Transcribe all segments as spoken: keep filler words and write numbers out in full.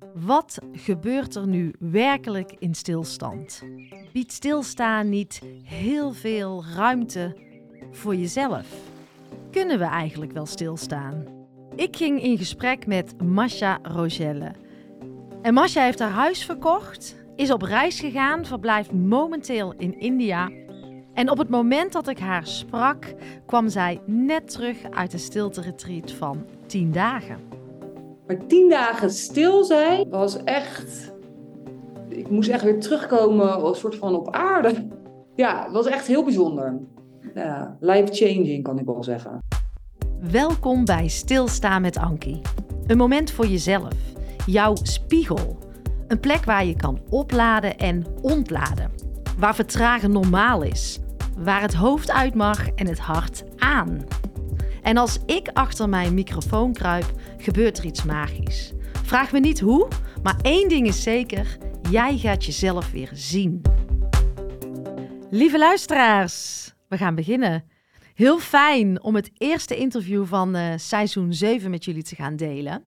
Wat gebeurt er nu werkelijk in stilstand? Biedt stilstaan niet heel veel ruimte voor jezelf? Kunnen we eigenlijk wel stilstaan? Ik ging in gesprek met Masha Rogelle. En Masha heeft haar huis verkocht, is op reis gegaan, verblijft momenteel in India. En op het moment dat ik haar sprak, kwam zij net terug uit een stilte-retreat van tien dagen. Maar tien dagen stil zijn was echt... Ik moest echt weer terugkomen als een soort van op aarde. Ja, het was echt heel bijzonder. Ja, life-changing kan ik wel zeggen. Welkom bij Stilstaan met Ankie. Een moment voor jezelf, jouw spiegel. Een plek waar je kan opladen en ontladen. Waar vertragen normaal is. Waar het hoofd uit mag en het hart aan. En als ik achter mijn microfoon kruip, gebeurt er iets magisch. Vraag me niet hoe, maar één ding is zeker: jij gaat jezelf weer zien. Lieve luisteraars, we gaan beginnen. Heel fijn om het eerste interview van uh, seizoen zeven met jullie te gaan delen.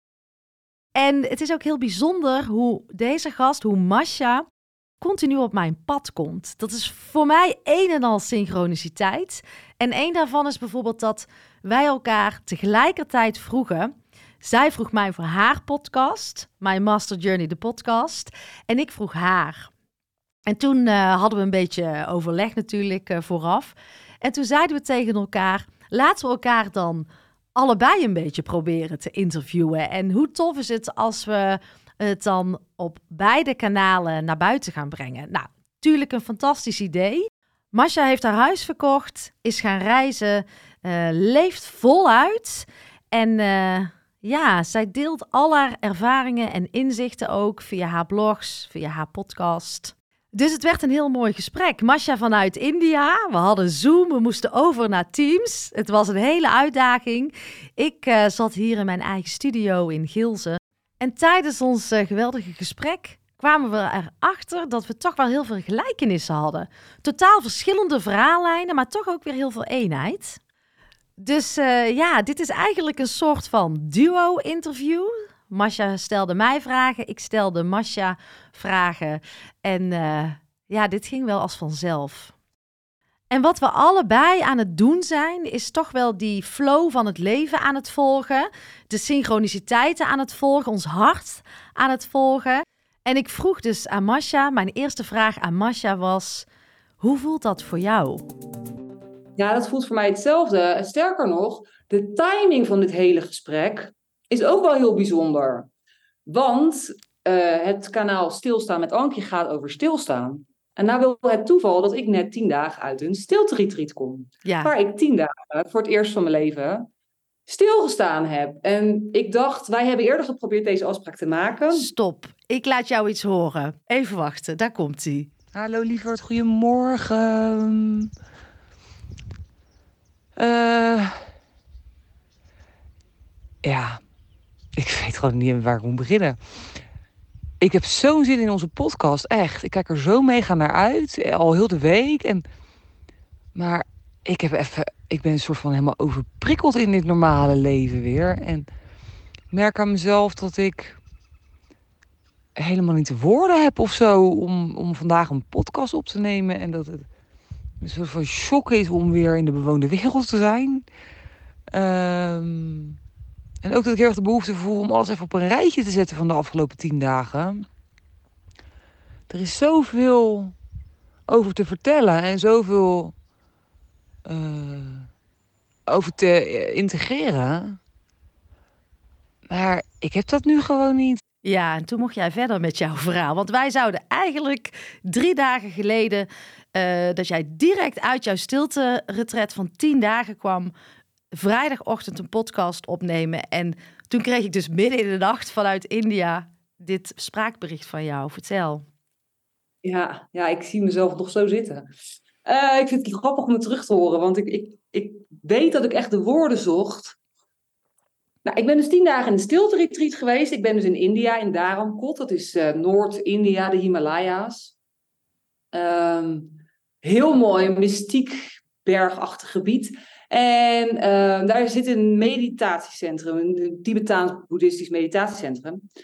En het is ook heel bijzonder hoe deze gast, hoe Masha, continu op mijn pad komt. Dat is voor mij een en al synchroniciteit. En één daarvan is bijvoorbeeld dat wij elkaar tegelijkertijd vroegen. Zij vroeg mij voor haar podcast, My Master Journey, de podcast. En ik vroeg haar. En toen uh, hadden we een beetje overleg natuurlijk uh, vooraf. En toen zeiden we tegen elkaar, laten we elkaar dan allebei een beetje proberen te interviewen. En hoe tof is het als we het dan op beide kanalen naar buiten gaan brengen. Nou, natuurlijk een fantastisch idee. Masha heeft haar huis verkocht, is gaan reizen, uh, leeft voluit. En uh, ja, zij deelt al haar ervaringen en inzichten ook via haar blogs, via haar podcast. Dus het werd een heel mooi gesprek. Masha vanuit India, we hadden Zoom, we moesten over naar Teams. Het was een hele uitdaging. Ik uh, zat hier in mijn eigen studio in Gilze. En tijdens ons uh, geweldige gesprek kwamen we erachter dat we toch wel heel veel gelijkenissen hadden. Totaal verschillende verhaallijnen, maar toch ook weer heel veel eenheid. Dus uh, ja, dit is eigenlijk een soort van duo-interview. Masha stelde mij vragen, ik stelde Masha vragen. En uh, ja, dit ging wel als vanzelf. En wat we allebei aan het doen zijn, is toch wel die flow van het leven aan het volgen. De synchroniciteiten aan het volgen, ons hart aan het volgen. En ik vroeg dus aan Masha, mijn eerste vraag aan Masha was: hoe voelt dat voor jou? Ja, dat voelt voor mij hetzelfde. Sterker nog, de timing van dit hele gesprek is ook wel heel bijzonder. Want uh, het kanaal Stilstaan met Ankie gaat over stilstaan. En nou wil het toeval dat ik net tien dagen uit een stilte-retreat kom. Ja. Waar ik tien dagen voor het eerst van mijn leven stilgestaan heb. En ik dacht, wij hebben eerder geprobeerd deze afspraak te maken. Stop, ik laat jou iets horen. Even wachten, daar komt-ie. Hallo lieverd, goedemorgen. Uh, ja, ik weet gewoon niet waar ik moet beginnen. Ik heb zo'n zin in onze podcast, echt. Ik kijk er zo mega naar uit, al heel de week. En, maar ik, heb even, ik ben een soort van helemaal overprikkeld in dit normale leven weer. En merk aan mezelf dat ik helemaal niet de woorden heb of zo om, om vandaag een podcast op te nemen. En dat het een soort van shock is om weer in de bewoonde wereld te zijn. Um, en ook dat ik heel erg de behoefte voel om alles even op een rijtje te zetten van de afgelopen tien dagen. Er is zoveel over te vertellen en zoveel uh, over te integreren. Maar ik heb dat nu gewoon niet. Ja, en toen mocht jij verder met jouw verhaal. Want wij zouden eigenlijk drie dagen geleden, uh, dat jij direct uit jouw stilte-retreat van tien dagen kwam, vrijdagochtend een podcast opnemen. En toen kreeg ik dus midden in de nacht vanuit India dit spraakbericht van jou. Vertel. Ja, ja, ik zie mezelf nog zo zitten. Uh, ik vind het grappig om het terug te horen, want ik, ik, ik weet dat ik echt de woorden zocht. Nou, ik ben dus tien dagen in een stilte-retreat geweest. Ik ben dus in India, in Dharamkot. Dat is uh, Noord-India, de Himalaya's. Um, heel mooi, een mystiek bergachtig gebied. En uh, daar zit een meditatiecentrum, een Tibetaans-boeddhistisch meditatiecentrum.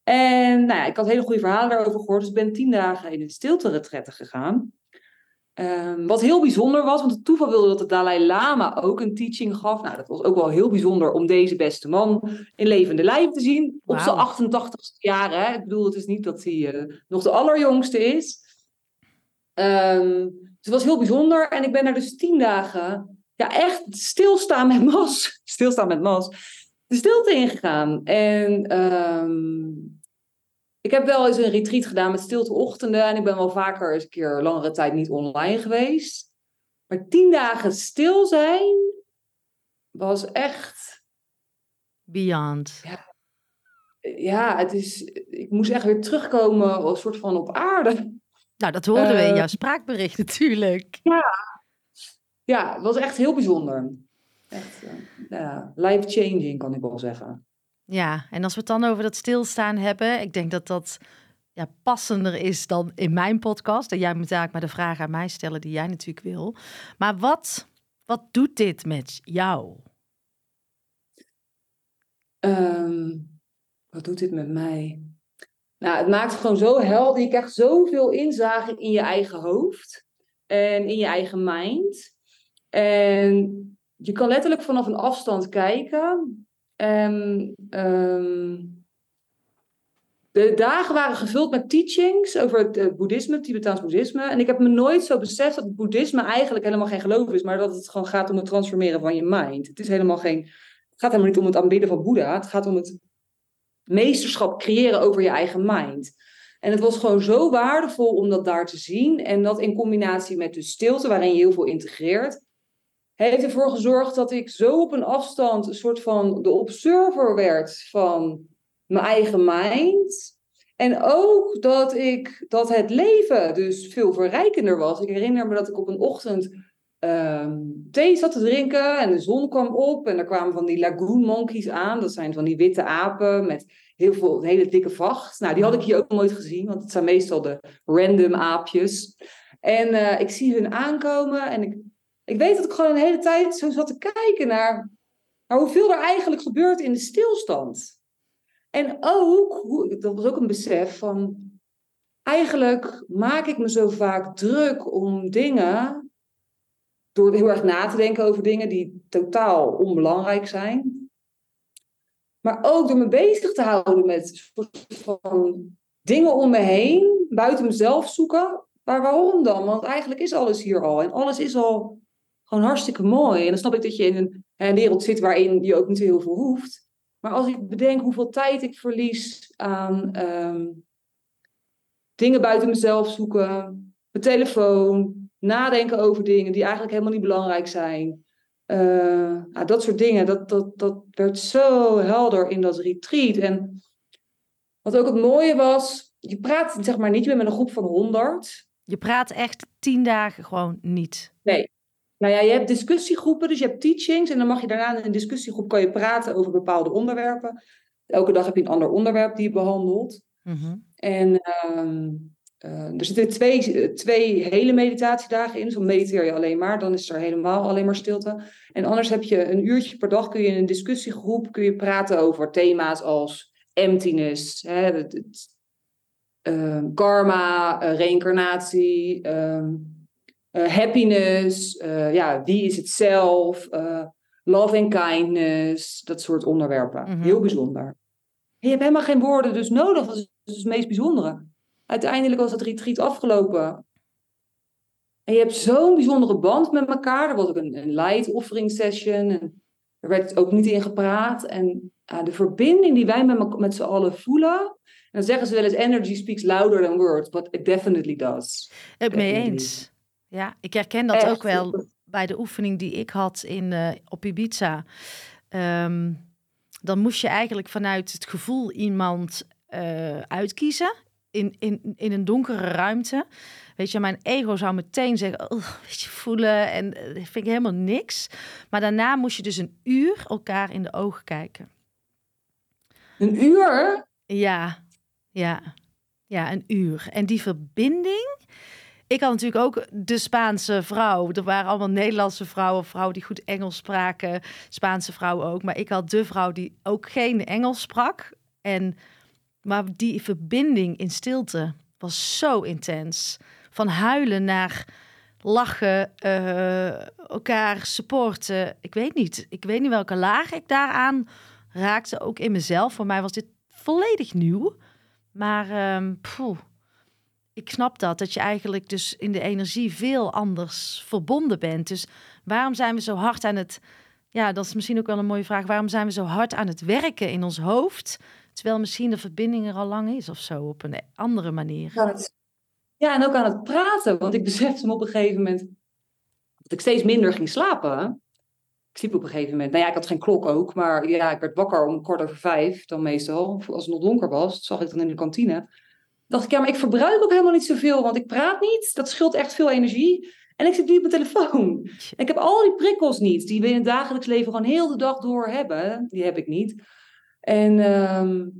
En nou ja, ik had hele goede verhalen daarover gehoord. Dus ik ben tien dagen in een stilte-retraite gegaan. Um, wat heel bijzonder was, want het toeval wilde dat de Dalai Lama ook een teaching gaf. Nou, dat was ook wel heel bijzonder om deze beste man in levende lijf te zien. Wow. Op zijn achtentachtigste jaar. Hè? Ik bedoel, het is niet dat hij uh, nog de allerjongste is. Um, dus het was heel bijzonder. En ik ben daar dus tien dagen, ja, echt stilstaan met mas. Stilstaan met mas. De stilte ingegaan. En um, ik heb wel eens een retreat gedaan met stilteochtenden. En ik ben wel vaker eens een keer langere tijd niet online geweest. Maar tien dagen stil zijn was echt... Beyond. Ja, ja, het is... Ik moest echt weer terugkomen als een soort van op aarde. Nou, dat hoorden uh, we in jouw spraakbericht natuurlijk. Ja, ja, het was echt heel bijzonder. Echt, uh, ja, life-changing kan ik wel zeggen. Ja, en als we het dan over dat stilstaan hebben, ik denk dat dat ja, passender is dan in mijn podcast. En jij moet eigenlijk maar de vraag aan mij stellen die jij natuurlijk wil. Maar wat, wat doet dit met jou? Um, wat doet dit met mij? Nou, het maakt het gewoon zo helder. Je krijgt zoveel inzage in je eigen hoofd en in je eigen mind. En je kan letterlijk vanaf een afstand kijken. En um, de dagen waren gevuld met teachings over het uh, boeddhisme, het Tibetaans boeddhisme. En ik heb me nooit zo beseft dat het boeddhisme eigenlijk helemaal geen geloof is, maar dat het gewoon gaat om het transformeren van je mind. Het is helemaal geen, het gaat helemaal niet om het aanbidden van Boeddha. Het gaat om het meesterschap creëren over je eigen mind. En het was gewoon zo waardevol om dat daar te zien. En dat in combinatie met de stilte, waarin je heel veel integreert, heeft ervoor gezorgd dat ik zo op een afstand een soort van de observer werd van mijn eigen mind. En ook dat ik dat het leven dus veel verrijkender was. Ik herinner me dat ik op een ochtend um, thee zat te drinken en de zon kwam op en er kwamen van die lagoon monkeys aan. Dat zijn van die witte apen met heel veel hele dikke vacht. Nou, die had ik hier ook nooit gezien, want het zijn meestal de random aapjes. En uh, ik zie hun aankomen en ik Ik weet dat ik gewoon een hele tijd zo zat te kijken naar, naar hoeveel er eigenlijk gebeurt in de stilstand. En ook, hoe, dat was ook een besef van, eigenlijk maak ik me zo vaak druk om dingen, door heel erg na te denken over dingen die totaal onbelangrijk zijn. Maar ook door me bezig te houden met soort van dingen om me heen, buiten mezelf zoeken. Maar waarom dan? Want eigenlijk is alles hier al en alles is al gewoon hartstikke mooi. En dan snap ik dat je in een, een wereld zit waarin je ook niet heel veel hoeft. Maar als ik bedenk hoeveel tijd ik verlies aan um, dingen buiten mezelf zoeken, mijn telefoon, nadenken over dingen die eigenlijk helemaal niet belangrijk zijn. Uh, nou, dat soort dingen, dat, dat, dat werd zo helder in dat retreat. En wat ook het mooie was, je praat zeg maar niet, je bent met een groep van honderd. Je praat echt tien dagen gewoon niet. Nee. Nou ja, je hebt discussiegroepen, dus je hebt teachings. En dan mag je daarna in een discussiegroep kan je praten over bepaalde onderwerpen. Elke dag heb je een ander onderwerp die je behandelt. Mm-hmm. En um, uh, er zitten twee, twee hele meditatiedagen in. Dus dan mediteer je alleen maar, dan is er helemaal alleen maar stilte. En anders heb je een uurtje per dag, kun je in een discussiegroep kun je praten over thema's als emptiness, hè, het, het, uh, karma, uh, reïncarnatie, um, Uh, happiness, uh, ja, wie is het zelf, uh, love and kindness, dat soort onderwerpen. Mm-hmm. Heel bijzonder. En je hebt helemaal geen woorden dus nodig, dat is, dat is het meest bijzondere. Uiteindelijk was het retreat afgelopen. En je hebt zo'n bijzondere band met elkaar. Er was ook een, een light offering session. En er werd ook niet in gepraat. En uh, de verbinding die wij met, met z'n allen voelen. En dan zeggen ze wel eens, energy speaks louder than words, but it definitely does. Het mee eens. Ja, ik herken dat Echt? ook wel bij de oefening die ik had in, uh, op Ibiza. Um, dan moest je eigenlijk vanuit het gevoel iemand uh, uitkiezen in, in, in een donkere ruimte. Weet je, mijn ego zou meteen zeggen, oh, weet je, voelen en dat uh, vind ik helemaal niks. Maar daarna moest je dus een uur elkaar in de ogen kijken. Een uur? Ja, ja, ja, een uur. En die verbinding... Ik had natuurlijk ook de Spaanse vrouw. Er waren allemaal Nederlandse vrouwen, vrouwen die goed Engels spraken. Spaanse vrouwen ook. Maar ik had de vrouw die ook geen Engels sprak. En Maar die verbinding in stilte was zo intens. Van huilen naar lachen, uh, elkaar supporten. Ik weet niet. Ik weet niet welke laag ik daaraan raakte. Ook in mezelf. Voor mij was dit volledig nieuw. Maar um, poeh, ik snap dat. Dat je eigenlijk dus in de energie veel anders verbonden bent. Dus waarom zijn we zo hard aan het... Ja, dat is misschien ook wel een mooie vraag. Waarom zijn we zo hard aan het werken in ons hoofd... terwijl misschien de verbinding er al lang is of zo, op een andere manier. Ja, het, ja, en ook aan het praten. Want ik besefte me op een gegeven moment... dat ik steeds minder ging slapen. Ik sliep op een gegeven moment... Nou ja, ik had geen klok ook. Maar ja, ik werd wakker om kwart over vijf dan meestal. Als het nog donker was, dat zag ik dan in de kantine. Dacht ik, ja, maar ik verbruik ook helemaal niet zoveel. Want ik praat niet. Dat scheelt echt veel energie. En ik zit nu op mijn telefoon. En ik heb al die prikkels niet. Die we in het dagelijks leven gewoon heel de dag door hebben. Die heb ik niet. En um,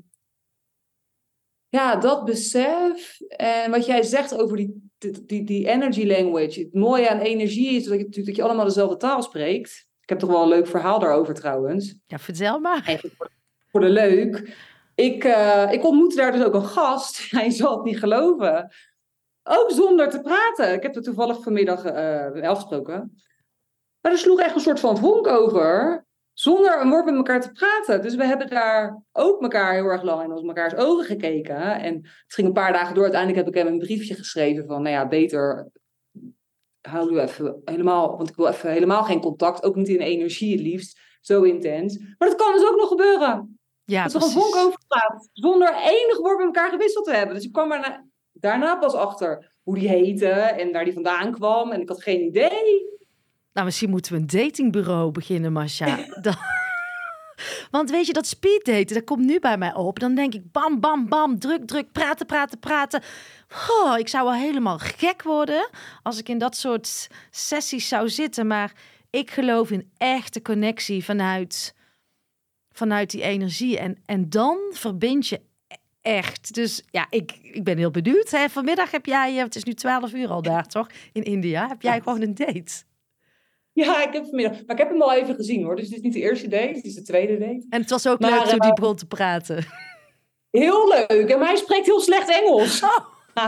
ja, dat besef en wat jij zegt over die, die, die energy language. Het mooie aan energie is dat je, dat je allemaal dezelfde taal spreekt. Ik heb toch wel een leuk verhaal daarover trouwens. Ja, vertel maar. Even voor, voor de leuk. Ik, uh, ik ontmoette daar dus ook een gast. Hij zal het niet geloven. Ook zonder te praten. Ik heb het toevallig vanmiddag uh, afgesproken. Maar er sloeg echt een soort van vonk over... zonder een woord met elkaar te praten. Dus we hebben daar ook elkaar heel erg lang in ons mekaars ogen gekeken. En het ging een paar dagen door. Uiteindelijk heb ik hem een briefje geschreven van... nou ja, beter hou nu even helemaal... want ik wil even helemaal geen contact. Ook niet in energie het liefst. Zo intens. Maar dat kan dus ook nog gebeuren. Ja, dat er een vonk over gaat. Zonder enig woord met elkaar gewisseld te hebben. Dus ik kwam er na, daarna pas achter hoe die heette... en waar die vandaan kwam. En ik had geen idee... Nou, misschien moeten we een datingbureau beginnen, Masha. Dan... Want weet je, dat speeddaten, dat komt nu bij mij op. Dan denk ik, bam, bam, bam, druk, druk, praten, praten, praten. Oh, ik zou wel helemaal gek worden als ik in dat soort sessies zou zitten. Maar ik geloof in echte connectie vanuit, vanuit die energie. En, en dan verbind je echt. Dus ja, ik, ik ben heel benieuwd. Hè? Vanmiddag heb jij, het is nu twaalf uur al daar, toch? In India, heb jij ja. gewoon een date? Ja, ik heb vanmiddag. Maar ik heb hem al even gezien hoor. Dus het is niet de eerste date, het is de tweede date. En het was ook maar, leuk toen uh, die begon te praten. Heel leuk. En hij spreekt heel slecht Engels. Oh,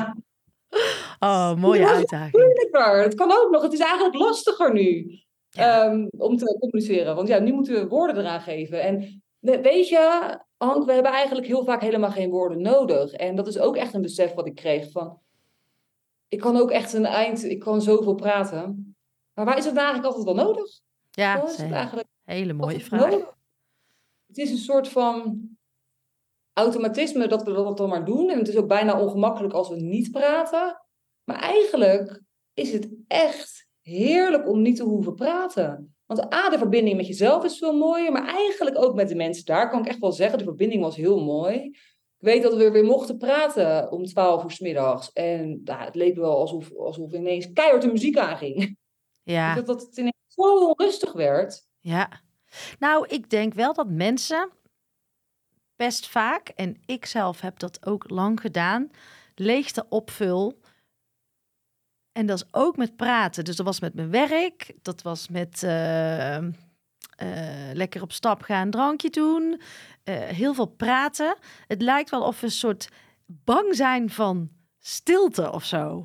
oh mooie ja, uitdaging. Moeilijker. Het kan ook nog. Het is eigenlijk lastiger nu. Ja. Um, om te communiceren. Want ja, nu moeten we woorden eraan geven. En weet je, Hank, we hebben eigenlijk heel vaak helemaal geen woorden nodig. En dat is ook echt een besef wat ik kreeg van... Ik kan ook echt een eind... Ik kan zoveel praten... Maar waar is het eigenlijk altijd wel nodig? Ja, is het eigenlijk hele mooie vraag. Nodig? Het is een soort van automatisme dat we dat dan maar doen. En het is ook bijna ongemakkelijk als we niet praten. Maar eigenlijk is het echt heerlijk om niet te hoeven praten. Want A, de verbinding met jezelf is veel mooier. Maar eigenlijk ook met de mensen daar kan ik echt wel zeggen. De verbinding was heel mooi. Ik weet dat we weer mochten praten om twaalf uur 's middags. En nou, het leek wel alsof, alsof ineens keihard de muziek aanging. Ja. Dat, dat het ineens zo onrustig werd. Ja. Nou, ik denk wel dat mensen best vaak, en ik zelf heb dat ook lang gedaan, leegte opvul. En dat is ook met praten. Dus dat was met mijn werk, dat was met uh, uh, lekker op stap gaan, drankje doen, uh, heel veel praten. Het lijkt wel of we een soort bang zijn van stilte of zo.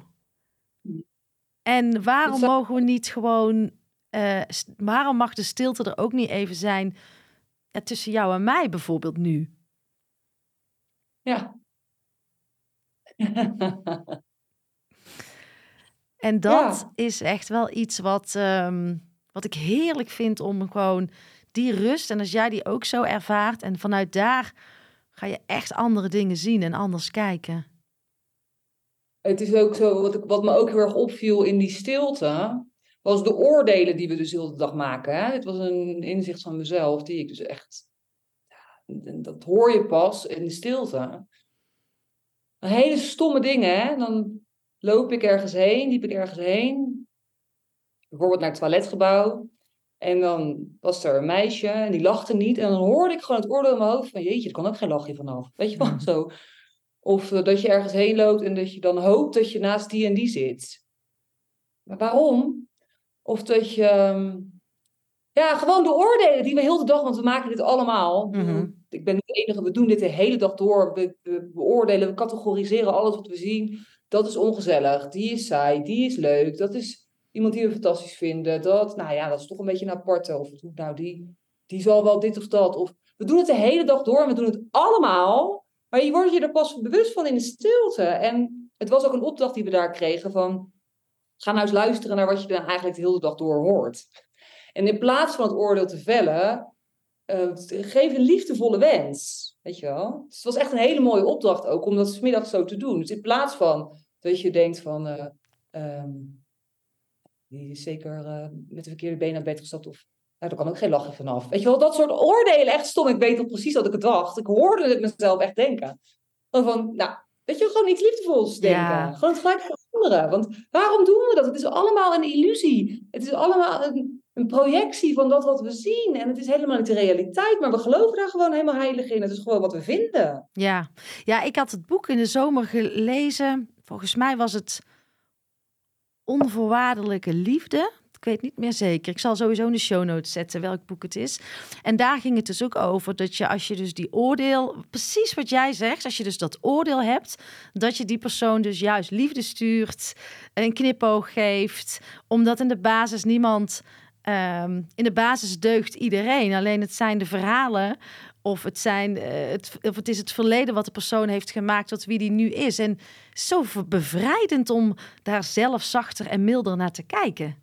En waarom zou... mogen we niet gewoon... Uh, st- waarom mag de stilte er ook niet even zijn... Ja, tussen jou en mij bijvoorbeeld nu? Ja. En dat ja. is echt wel iets wat, um, wat ik heerlijk vind om gewoon die rust... en als jij die ook zo ervaart... en vanuit daar ga je echt andere dingen zien en anders kijken. Het is ook zo, wat, ik, wat me ook heel erg opviel in die stilte... was de oordelen die we dus de hele dag maken. Hè? Dit was een inzicht van mezelf, die ik dus echt... Ja, dat hoor je pas in de stilte. Hele stomme dingen, hè. Dan loop ik ergens heen, liep ik ergens heen. Bijvoorbeeld naar het toiletgebouw. En dan was er een meisje en die lachte niet. En dan hoorde ik gewoon het oordeel in mijn hoofd van... jeetje, er kan ook geen lachje vanaf. Weet je wel, mm. zo. Of uh, dat je ergens heen loopt en dat je dan hoopt dat je naast die en die zit. Maar waarom? Of dat je... Ja, gewoon de oordelen die we heel de dag... want we maken dit allemaal. Mm-hmm. ik ben niet de enige, we doen dit de hele dag door. We, we beoordelen, we categoriseren alles wat we zien. Dat is ongezellig, die is saai, die is leuk. Dat is iemand die we fantastisch vinden. Dat, nou ja, dat is toch een beetje een aparte. Of nou, die, die zal wel dit of dat. Of, we doen het de hele dag door en we doen het allemaal. Maar je wordt je er pas bewust van in de stilte. En het was ook een opdracht die we daar kregen van... Ga nou eens luisteren naar wat je dan eigenlijk de hele dag door hoort. En in plaats van het oordeel te vellen... Uh, geef een liefdevolle wens. Weet je wel? Dus het was echt een hele mooie opdracht ook om dat 's middags zo te doen. Dus in plaats van dat je denkt van... Uh, um, die is zeker uh, met de verkeerde been naar bed gestapt. Of nou, daar kan ook geen lachen vanaf. Weet je wel, dat soort oordelen, echt stom. Ik weet al precies wat ik het dacht. Ik hoorde het mezelf echt denken. Van, nou, weet je, gewoon iets liefdevols denken. Ja. Gewoon het gelijk veranderen. Want waarom doen we dat? Het is allemaal een illusie. Het is allemaal een, een projectie van dat wat we zien. En het is helemaal niet de realiteit. Maar we geloven daar gewoon helemaal heilig in. Het is gewoon wat we vinden. Ja, ja, ik had het boek in de zomer gelezen. Volgens mij was het Onvoorwaardelijke Liefde. Ik weet niet meer zeker. Ik zal sowieso in de show notes zetten welk boek het is. En daar ging het dus ook over dat je, als je dus die oordeel, precies wat jij zegt, als je dus dat oordeel hebt, dat je die persoon dus juist liefde stuurt, een knipoog geeft, omdat in de basis niemand, um, in de basis deugt iedereen. Alleen het zijn de verhalen of het, zijn, uh, het, of het is het verleden wat de persoon heeft gemaakt tot wie die nu is. En zo bevrijdend om daar zelf zachter en milder naar te kijken.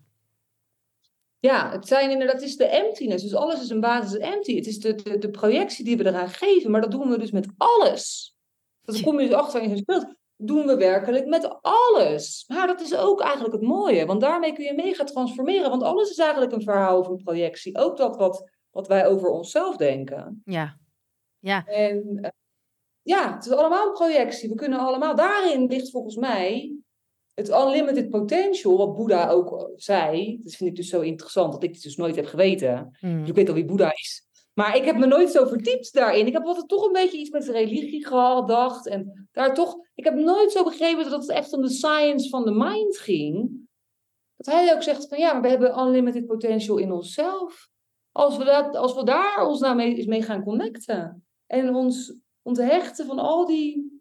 Ja, het zijn inderdaad, het is de emptiness. Dus alles is een basis empty. Het is de, de, de projectie die we eraan geven. Maar dat doen we dus met alles. Dat kom je dus achter in je speelt. Doen we werkelijk met alles. Maar dat is ook eigenlijk het mooie. Want daarmee kun je mega transformeren. Want alles is eigenlijk een verhaal of een projectie. Ook dat wat, wat wij over onszelf denken. Ja. Ja. En uh, ja, het is allemaal een projectie. We kunnen allemaal, daarin ligt volgens mij het unlimited potential, wat Boeddha ook zei. Dat vind ik dus zo interessant, dat ik het dus nooit heb geweten. Mm. Dus ik weet al wie Boeddha is. Maar ik heb me nooit zo verdiept daarin. Ik heb altijd toch een beetje iets met religie gedacht. En daar toch, ik heb nooit zo begrepen dat het echt om de science van de mind ging. Dat hij ook zegt van ja, maar we hebben unlimited potential in onszelf. Als we, dat, als we daar ons nou mee, mee gaan connecten. En ons onthechten van al die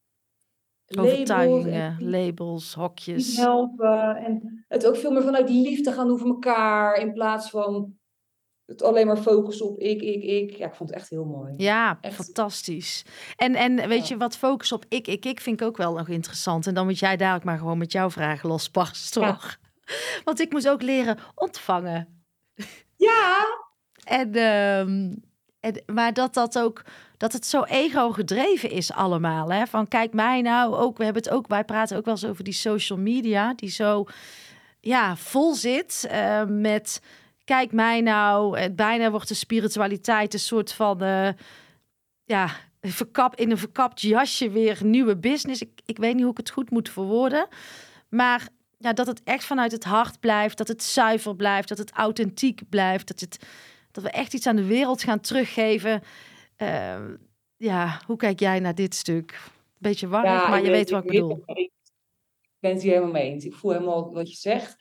overtuigingen, labels, labels, hokjes. Helpen. En het ook veel meer vanuit liefde gaan doen voor elkaar. In plaats van het alleen maar focussen op ik, ik, ik. Ja, ik vond het echt heel mooi. Ja, echt fantastisch. En, en weet ja. je, wat focus op ik, ik, ik vind ik ook wel nog interessant. En dan moet jij dadelijk maar gewoon met jouw vragen losbarsten, toch? Ja. Want ik moest ook leren ontvangen. Ja. En, um, en, maar dat dat ook, dat het zo ego-gedreven is allemaal. Hè? Van kijk mij nou ook, we hebben het ook, wij praten ook wel eens over die social media, die zo ja, vol zit uh, met kijk mij nou, het bijna wordt de spiritualiteit een soort van uh, ja, verkap, in een verkapt jasje weer nieuwe business. Ik, ik weet niet hoe ik het goed moet verwoorden, maar ja, dat het echt vanuit het hart blijft, dat het zuiver blijft, dat het authentiek blijft, dat, het, dat we echt iets aan de wereld gaan teruggeven. Uh, ja, hoe kijk jij naar dit stuk? Beetje warm, ja, maar je weet, weet wat ik bedoel. Ik ben het hier helemaal mee eens. Ik voel helemaal wat je zegt.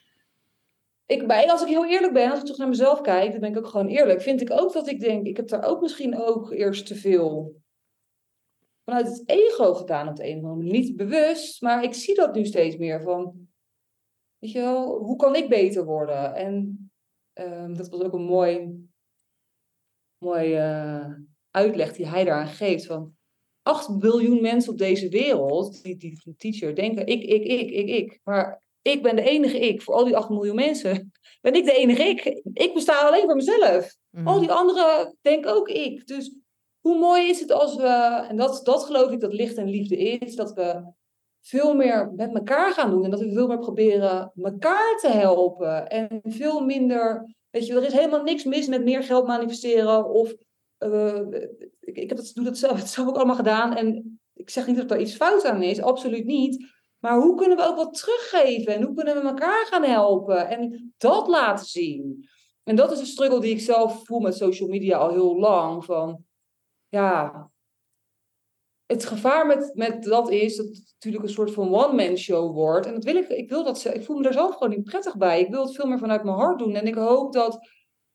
Ik, bij, als ik heel eerlijk ben, als ik terug naar mezelf kijk, dan ben ik ook gewoon eerlijk. Vind ik ook dat ik denk, ik heb daar ook misschien ook eerst te veel vanuit het ego gedaan op de een of andere manier. Niet bewust, maar ik zie dat nu steeds meer van, weet je wel, hoe kan ik beter worden? En um, dat was ook een mooi, mooi uh, uitleg die hij daaraan geeft. Van acht biljoen mensen op deze wereld, die, die, die teacher, denken ik, ik, ik, ik, ik. Maar ik ben de enige ik. Voor al die acht miljoen mensen ben ik de enige ik. Ik besta alleen voor mezelf. Mm. Al die anderen denken ook ik. Dus hoe mooi is het als we, en dat, dat geloof ik dat licht en liefde is, dat we veel meer met elkaar gaan doen. En dat we veel meer proberen elkaar te helpen. En veel minder, weet je, er is helemaal niks mis met meer geld manifesteren. Of, uh, ik, ik heb dat, doe dat zelf, het zelf ook allemaal gedaan. En ik zeg niet dat er iets fout aan is, absoluut niet. Maar hoe kunnen we ook wat teruggeven? En hoe kunnen we elkaar gaan helpen? En dat laten zien. En dat is een struggle die ik zelf voel met social media al heel lang. Van, ja, het gevaar met, met dat is dat het natuurlijk een soort van one-man show wordt. En dat wil ik, ik wil dat, ik voel me daar zelf gewoon niet prettig bij. Ik wil het veel meer vanuit mijn hart doen. En ik hoop dat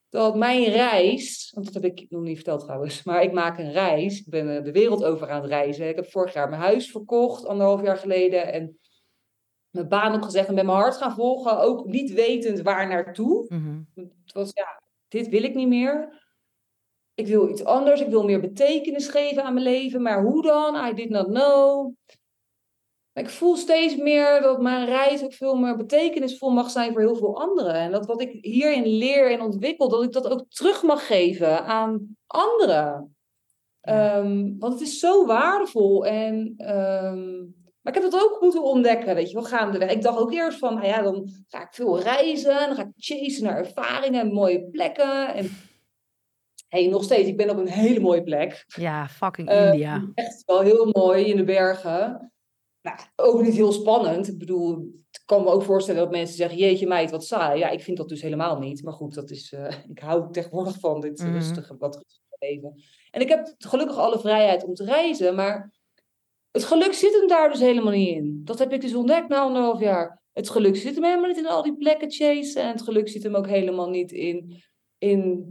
dat mijn reis, want dat heb ik nog niet verteld trouwens, maar ik maak een reis. Ik ben uh, de wereld over aan het reizen. Ik heb vorig jaar mijn huis verkocht, anderhalf jaar geleden. En mijn baan opgezegd en ben mijn hart gaan volgen. Ook niet wetend waar naartoe. Mm-hmm. Het was, ja, dit wil ik niet meer. Ik wil iets anders. Ik wil meer betekenis geven aan mijn leven. Maar hoe dan? I did not know. Ik voel steeds meer dat mijn reis ook veel meer betekenisvol mag zijn voor heel veel anderen. En dat wat ik hierin leer en ontwikkel, dat ik dat ook terug mag geven aan anderen. Ja. Um, want het is zo waardevol. En, um, maar ik heb dat ook moeten ontdekken, weet je wel, gaandeweg. Ik dacht ook eerst van, nou ja, dan ga ik veel reizen. Dan ga ik chasen naar ervaringen en mooie plekken. En hey, nog steeds, ik ben op een hele mooie plek. Ja, fucking uh, India. Echt wel heel mooi in de bergen. Nou, ook niet heel spannend. Ik bedoel, ik kan me ook voorstellen dat mensen zeggen, jeetje meid, wat saai. Ja, ik vind dat dus helemaal niet. Maar goed, dat is, uh, ik hou tegenwoordig van dit mm-hmm. rustige, wat rustige leven. En ik heb gelukkig alle vrijheid om te reizen, maar het geluk zit hem daar dus helemaal niet in. Dat heb ik dus ontdekt na anderhalf jaar. Het geluk zit hem helemaal niet in al die plekken chasen. En het geluk zit hem ook helemaal niet in, in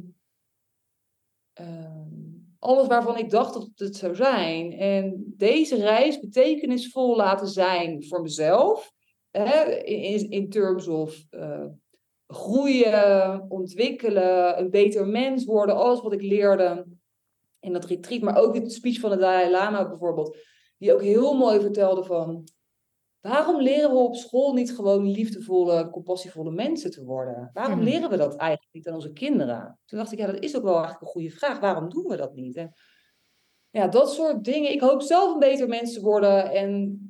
uh, alles waarvan ik dacht dat het zou zijn. En deze reis betekenisvol laten zijn voor mezelf. Hè, in, in terms of uh, groeien, ontwikkelen, een beter mens worden. Alles wat ik leerde in dat retreat. Maar ook de speech van de Dalai Lama bijvoorbeeld. Die ook heel mooi vertelde van, waarom leren we op school niet gewoon liefdevolle, compassievolle mensen te worden? Waarom hmm. leren we dat eigenlijk niet aan onze kinderen? Toen dacht ik, ja, dat is ook wel eigenlijk een goede vraag. Waarom doen we dat niet? En ja, dat soort dingen. Ik hoop zelf een beter mens te worden. En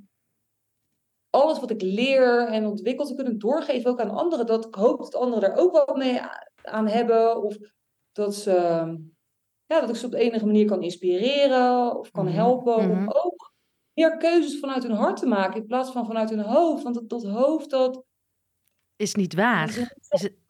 alles wat ik leer en ontwikkel te kunnen doorgeven ook aan anderen. Dat ik hoop dat anderen er ook wat mee aan hebben. Of dat ze, ja, dat ik ze op de enige manier kan inspireren of kan helpen. Mm-hmm. Om ook meer keuzes vanuit hun hart te maken in plaats van vanuit hun hoofd. Want dat, dat hoofd, dat is niet waar. Is het...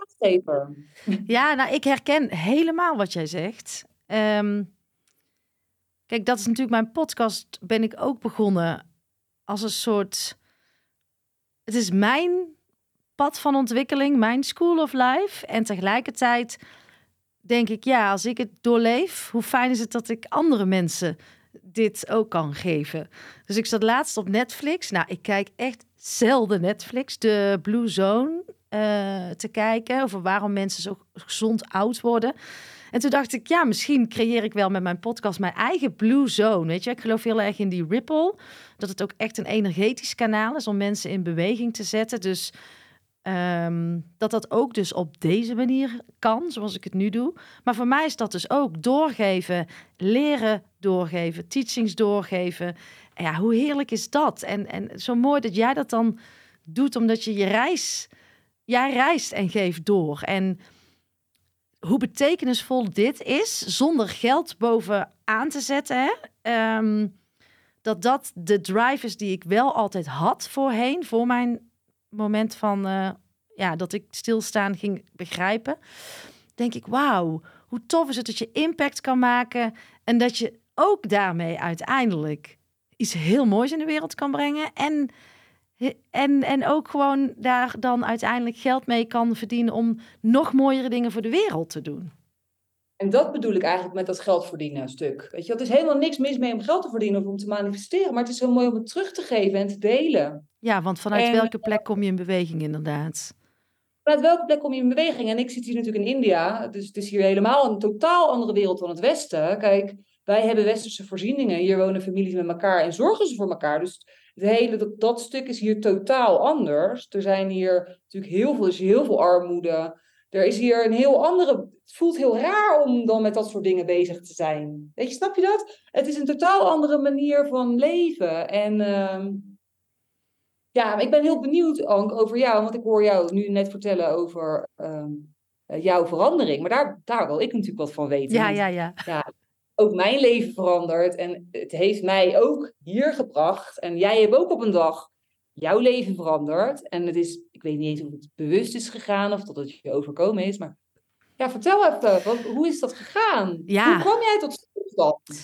Ja, nou, ik herken helemaal wat jij zegt. Um, kijk, dat is natuurlijk mijn podcast, ben ik ook begonnen als een soort... Het is mijn pad van ontwikkeling, mijn school of life. En tegelijkertijd denk ik, ja, als ik het doorleef, hoe fijn is het dat ik andere mensen dit ook kan geven. Dus ik zat laatst op Netflix. Nou, ik kijk echt zelden Netflix, de Blue Zone uh, te kijken over waarom mensen zo gezond oud worden. En toen dacht ik, ja, misschien creëer ik wel met mijn podcast mijn eigen Blue Zone. Weet je, ik geloof heel erg in die Ripple. Dat het ook echt een energetisch kanaal is om mensen in beweging te zetten. Dus um, dat dat ook dus op deze manier kan, zoals ik het nu doe. Maar voor mij is dat dus ook doorgeven, leren doorgeven, teachings doorgeven. En ja, hoe heerlijk is dat? En, en zo mooi dat jij dat dan doet, omdat je je reis... Jij reist en geeft door. En hoe betekenisvol dit is, zonder geld bovenaan te zetten, hè? Um, dat dat de drive is die ik wel altijd had voorheen, voor mijn moment van, uh, ja, dat ik stilstaan ging begrijpen. Denk ik, wauw, hoe tof is het dat je impact kan maken en dat je ook daarmee uiteindelijk iets heel moois in de wereld kan brengen en... En, en ook gewoon daar dan uiteindelijk geld mee kan verdienen om nog mooiere dingen voor de wereld te doen. En dat bedoel ik eigenlijk met dat geld verdienen stuk. Weet je, het is helemaal niks mis mee om geld te verdienen of om te manifesteren, maar het is heel mooi om het terug te geven en te delen. Ja, want vanuit en, welke plek kom je in beweging inderdaad? Vanuit welke plek kom je in beweging? En ik zit hier natuurlijk in India, dus het is hier helemaal een totaal andere wereld dan het Westen. Kijk, wij hebben westerse voorzieningen, hier wonen families met elkaar en zorgen ze voor elkaar. Dus het hele, dat, dat stuk is hier totaal anders. Er zijn hier natuurlijk heel veel, er is heel veel armoede. Er is hier een heel andere... Het voelt heel raar om dan met dat soort dingen bezig te zijn. Weet je, snap je dat? Het is een totaal andere manier van leven. En uh, ja, ik ben heel benieuwd, Ank, over jou. Want ik hoor jou nu net vertellen over uh, jouw verandering. Maar daar, daar wil ik natuurlijk wat van weten. Ja, ja, ja. ja ook mijn leven veranderd. En het heeft mij ook hier gebracht. En jij hebt ook op een dag jouw leven veranderd. En het is, ik weet niet eens of het bewust is gegaan of dat het je overkomen is. Maar ja, vertel even, wat, hoe is dat gegaan? Ja. Hoe kwam jij tot stilstand?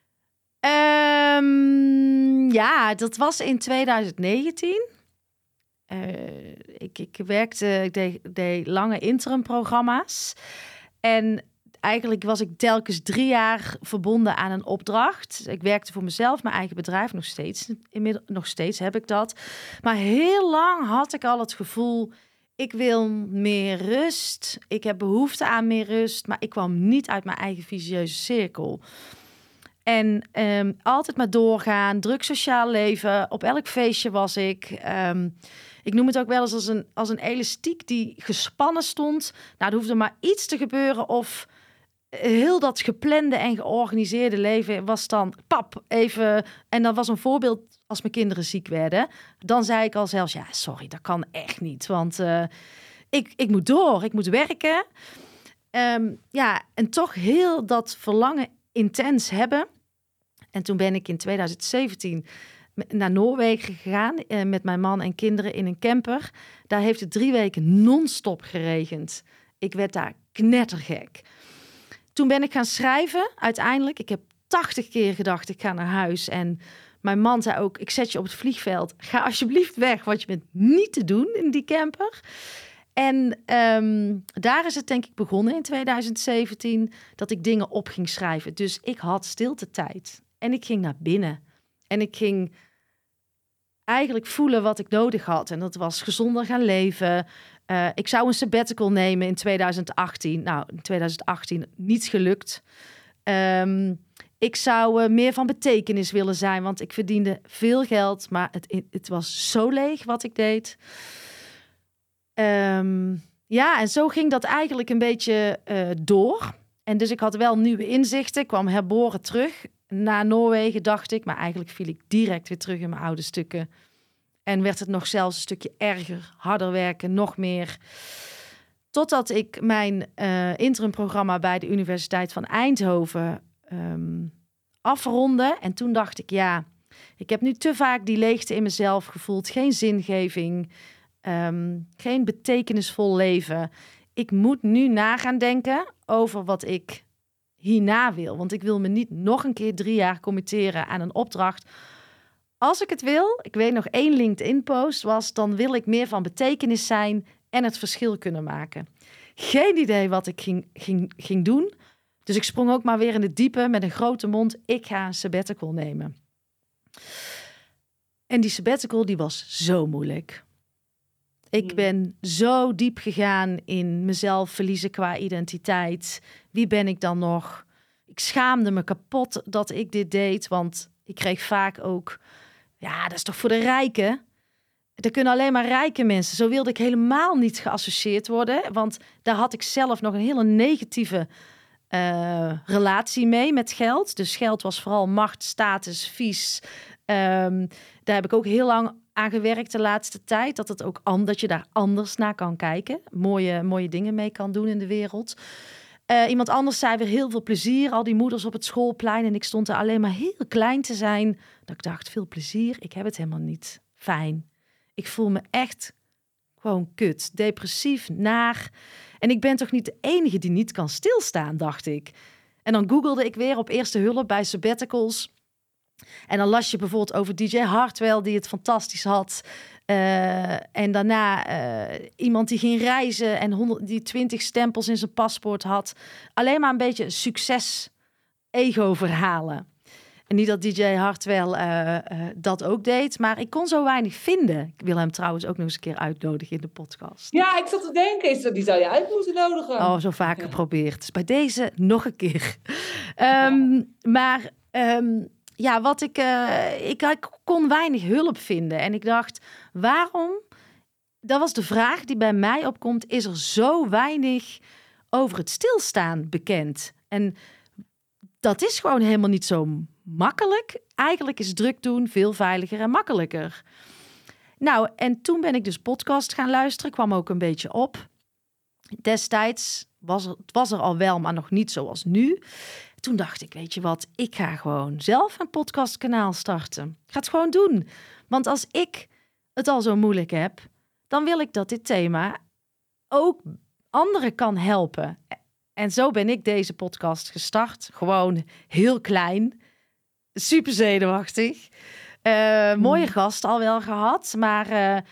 Um, ja, dat was in twintig negentien. Uh, ik, ik werkte, ik deed, deed lange interim programma's. En eigenlijk was ik telkens drie jaar verbonden aan een opdracht. Ik werkte voor mezelf, mijn eigen bedrijf, nog steeds. Inmiddels, nog steeds heb ik dat. Maar heel lang had ik al het gevoel, ik wil meer rust. Ik heb behoefte aan meer rust, maar ik kwam niet uit mijn eigen vicieuze cirkel. En um, altijd maar doorgaan, druk sociaal leven. Op elk feestje was ik. Um, ik noem het ook wel eens als een, als een elastiek die gespannen stond. Nou, er hoefde maar iets te gebeuren of heel dat geplande en georganiseerde leven was dan pap even. En dat was een voorbeeld als mijn kinderen ziek werden. Dan zei ik al zelfs, ja, sorry, dat kan echt niet. Want uh, ik, ik moet door, ik moet werken. Um, ja, en toch heel dat verlangen intens hebben. En toen ben ik in twintig zeventien naar Noorwegen gegaan uh, met mijn man en kinderen in een camper. Daar heeft het drie weken non-stop geregend. Ik werd daar knettergek. Toen ben ik gaan schrijven, uiteindelijk. Ik heb tachtig keer gedacht, ik ga naar huis. En mijn man zei ook, ik zet je op het vliegveld. Ga alsjeblieft weg, want je bent niet te doen in die camper. En um, daar is het denk ik begonnen in twintig zeventien... dat ik dingen op ging schrijven. Dus ik had stiltetijd. En ik ging naar binnen. En ik ging eigenlijk voelen wat ik nodig had. En dat was gezonder gaan leven. Uh, ik zou een sabbatical nemen in twintig achttien. Nou, in twintig achttien niet gelukt. Um, ik zou uh, meer van betekenis willen zijn, want ik verdiende veel geld, maar het, het was zo leeg wat ik deed. Um, ja, en zo ging dat eigenlijk een beetje uh, door. En dus ik had wel nieuwe inzichten. Ik kwam herboren terug naar Noorwegen, dacht ik. Maar eigenlijk viel ik direct weer terug in mijn oude stukken. En werd het nog zelfs een stukje erger, harder werken, nog meer. Totdat ik mijn uh, interimprogramma bij de Universiteit van Eindhoven um, afronde. En toen dacht ik, ja, ik heb nu te vaak die leegte in mezelf gevoeld. Geen zingeving, um, geen betekenisvol leven. Ik moet nu na gaan denken over wat ik hierna wil. Want ik wil me niet nog een keer drie jaar committeren aan een opdracht. Als ik het wil, ik weet nog één LinkedIn-post was, dan wil ik meer van betekenis zijn en het verschil kunnen maken. Geen idee wat ik ging, ging, ging doen. Dus ik sprong ook maar weer in het diepe met een grote mond. Ik ga een sabbatical nemen. En die sabbatical, die was zo moeilijk. Ik ben zo diep gegaan in mezelf verliezen qua identiteit. Wie ben ik dan nog? Ik schaamde me kapot dat ik dit deed, want ik kreeg vaak ook, ja, dat is toch voor de rijken? Er kunnen alleen maar rijke mensen. Zo wilde ik helemaal niet geassocieerd worden, want daar had ik zelf nog een hele negatieve uh, relatie mee met geld. Dus geld was vooral macht, status, vies. Um, daar heb ik ook heel lang aan gewerkt de laatste tijd. Dat, het ook an- dat je daar anders naar kan kijken. Mooie, mooie dingen mee kan doen in de wereld. Uh, iemand anders zei weer heel veel plezier. Al die moeders op het schoolplein. En ik stond er alleen maar heel klein te zijn. Dat ik dacht, veel plezier. Ik heb het helemaal niet fijn. Ik voel me echt gewoon kut. Depressief, naar. En ik ben toch niet de enige die niet kan stilstaan, dacht ik. En dan googelde ik weer op eerste hulp bij sabbaticals. En dan las je bijvoorbeeld over D J Hartwell, die het fantastisch had. Uh, en daarna uh, iemand die ging reizen en honderd, die twintig stempels in zijn paspoort had. Alleen maar een beetje succes-ego-verhalen. En niet dat D J Hartwell uh, uh, dat ook deed, maar ik kon zo weinig vinden. Ik wil hem trouwens ook nog eens een keer uitnodigen in de podcast. Ja, ik zat te denken, is dat, die zou je uit moeten nodigen. Oh, zo vaak ja. geprobeerd. Dus bij deze nog een keer. Um, ja. Maar... Um, Ja, wat ik, uh, ik... Ik kon weinig hulp vinden. En ik dacht, waarom? Dat was de vraag die bij mij opkomt. Is er zo weinig over het stilstaan bekend? En dat is gewoon helemaal niet zo makkelijk. Eigenlijk is druk doen veel veiliger en makkelijker. Nou, en toen ben ik dus podcast gaan luisteren. Kwam ook een beetje op. Destijds was er, het was er al wel, maar nog niet zoals nu. Toen dacht ik, weet je wat, ik ga gewoon zelf een podcastkanaal starten. Ik ga het gewoon doen. Want als ik het al zo moeilijk heb, dan wil ik dat dit thema ook anderen kan helpen. En zo ben ik deze podcast gestart. Gewoon heel klein. Super zenuwachtig. Uh, mooie gast al wel gehad. Maar uh,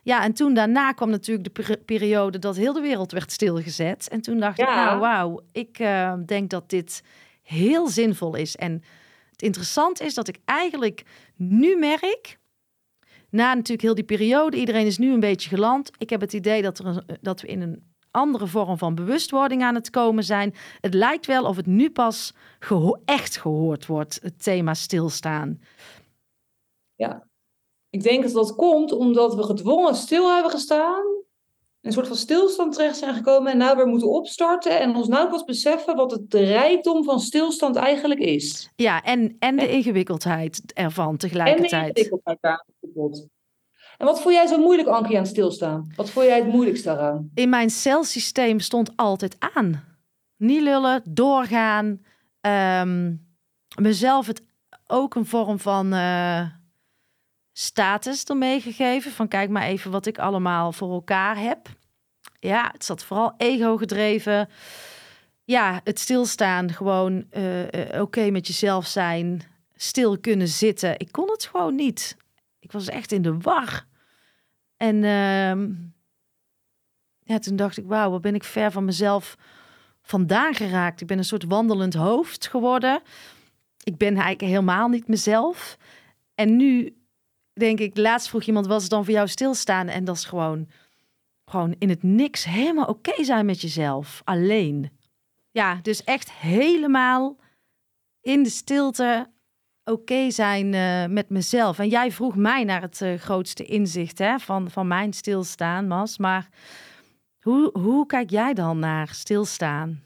Ja, en toen daarna kwam natuurlijk de per- periode dat heel de wereld werd stilgezet. En toen dacht ik, Ja. nou wauw, ik uh, denk dat dit heel zinvol is. En het interessante is dat ik eigenlijk nu merk, na natuurlijk heel die periode, iedereen is nu een beetje geland. Ik heb het idee dat, er een, dat we in een andere vorm van bewustwording aan het komen zijn. Het lijkt wel of het nu pas geho- echt gehoord wordt, het thema stilstaan. Ja. Ik denk dat dat komt omdat we gedwongen stil hebben gestaan. Een soort van stilstand terecht zijn gekomen en nou weer moeten opstarten. En ons nou pas beseffen wat het de rijkdom van stilstand eigenlijk is. Ja, en, en de ingewikkeldheid ervan tegelijkertijd. En de ingewikkeldheid daar. En wat vond jij zo moeilijk, Ankie, aan stilstaan? Wat vond jij het moeilijkst daaraan? In mijn celsysteem stond altijd aan. Niet lullen, doorgaan. Um, mezelf het ook een vorm van uh, status ermee gegeven. Van kijk maar even wat ik allemaal voor elkaar heb. Ja, het zat vooral ego gedreven. Ja, het stilstaan, gewoon uh, uh, oké okay met jezelf zijn. Stil kunnen zitten. Ik kon het gewoon niet. Ik was echt in de war. En uh, ja, toen dacht ik, wauw, wat ben ik ver van mezelf vandaan geraakt. Ik ben een soort wandelend hoofd geworden. Ik ben eigenlijk helemaal niet mezelf. En nu denk ik, laatst vroeg iemand, was het dan voor jou stilstaan? En dat is gewoon, gewoon in het niks helemaal oké okay zijn met jezelf. Alleen. Ja, dus echt helemaal in de stilte oké okay zijn uh, met mezelf. En jij vroeg mij naar het uh, grootste inzicht hè, van, van mijn stilstaan, Mas. Maar hoe, hoe kijk jij dan naar stilstaan?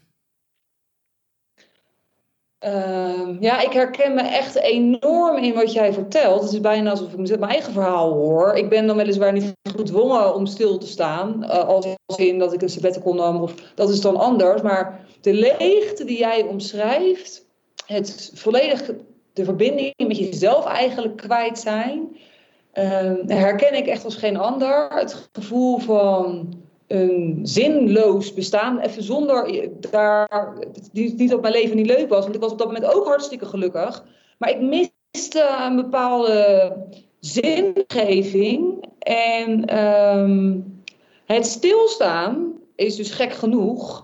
Uh, ja, ik herken me echt enorm in wat jij vertelt. Het is bijna alsof ik mijn eigen verhaal hoor. Ik ben dan weliswaar niet gedwongen om stil te staan. Uh, als in dat ik een sabbatical nam, of dat is dan anders. Maar de leegte die jij omschrijft, het volledig de verbinding met jezelf eigenlijk kwijt zijn, uh, herken ik echt als geen ander. Het gevoel van een zinloos bestaan, even zonder daar, niet dat mijn leven niet leuk was, want ik was op dat moment ook hartstikke gelukkig, maar ik miste een bepaalde zingeving en um, het stilstaan is dus gek genoeg.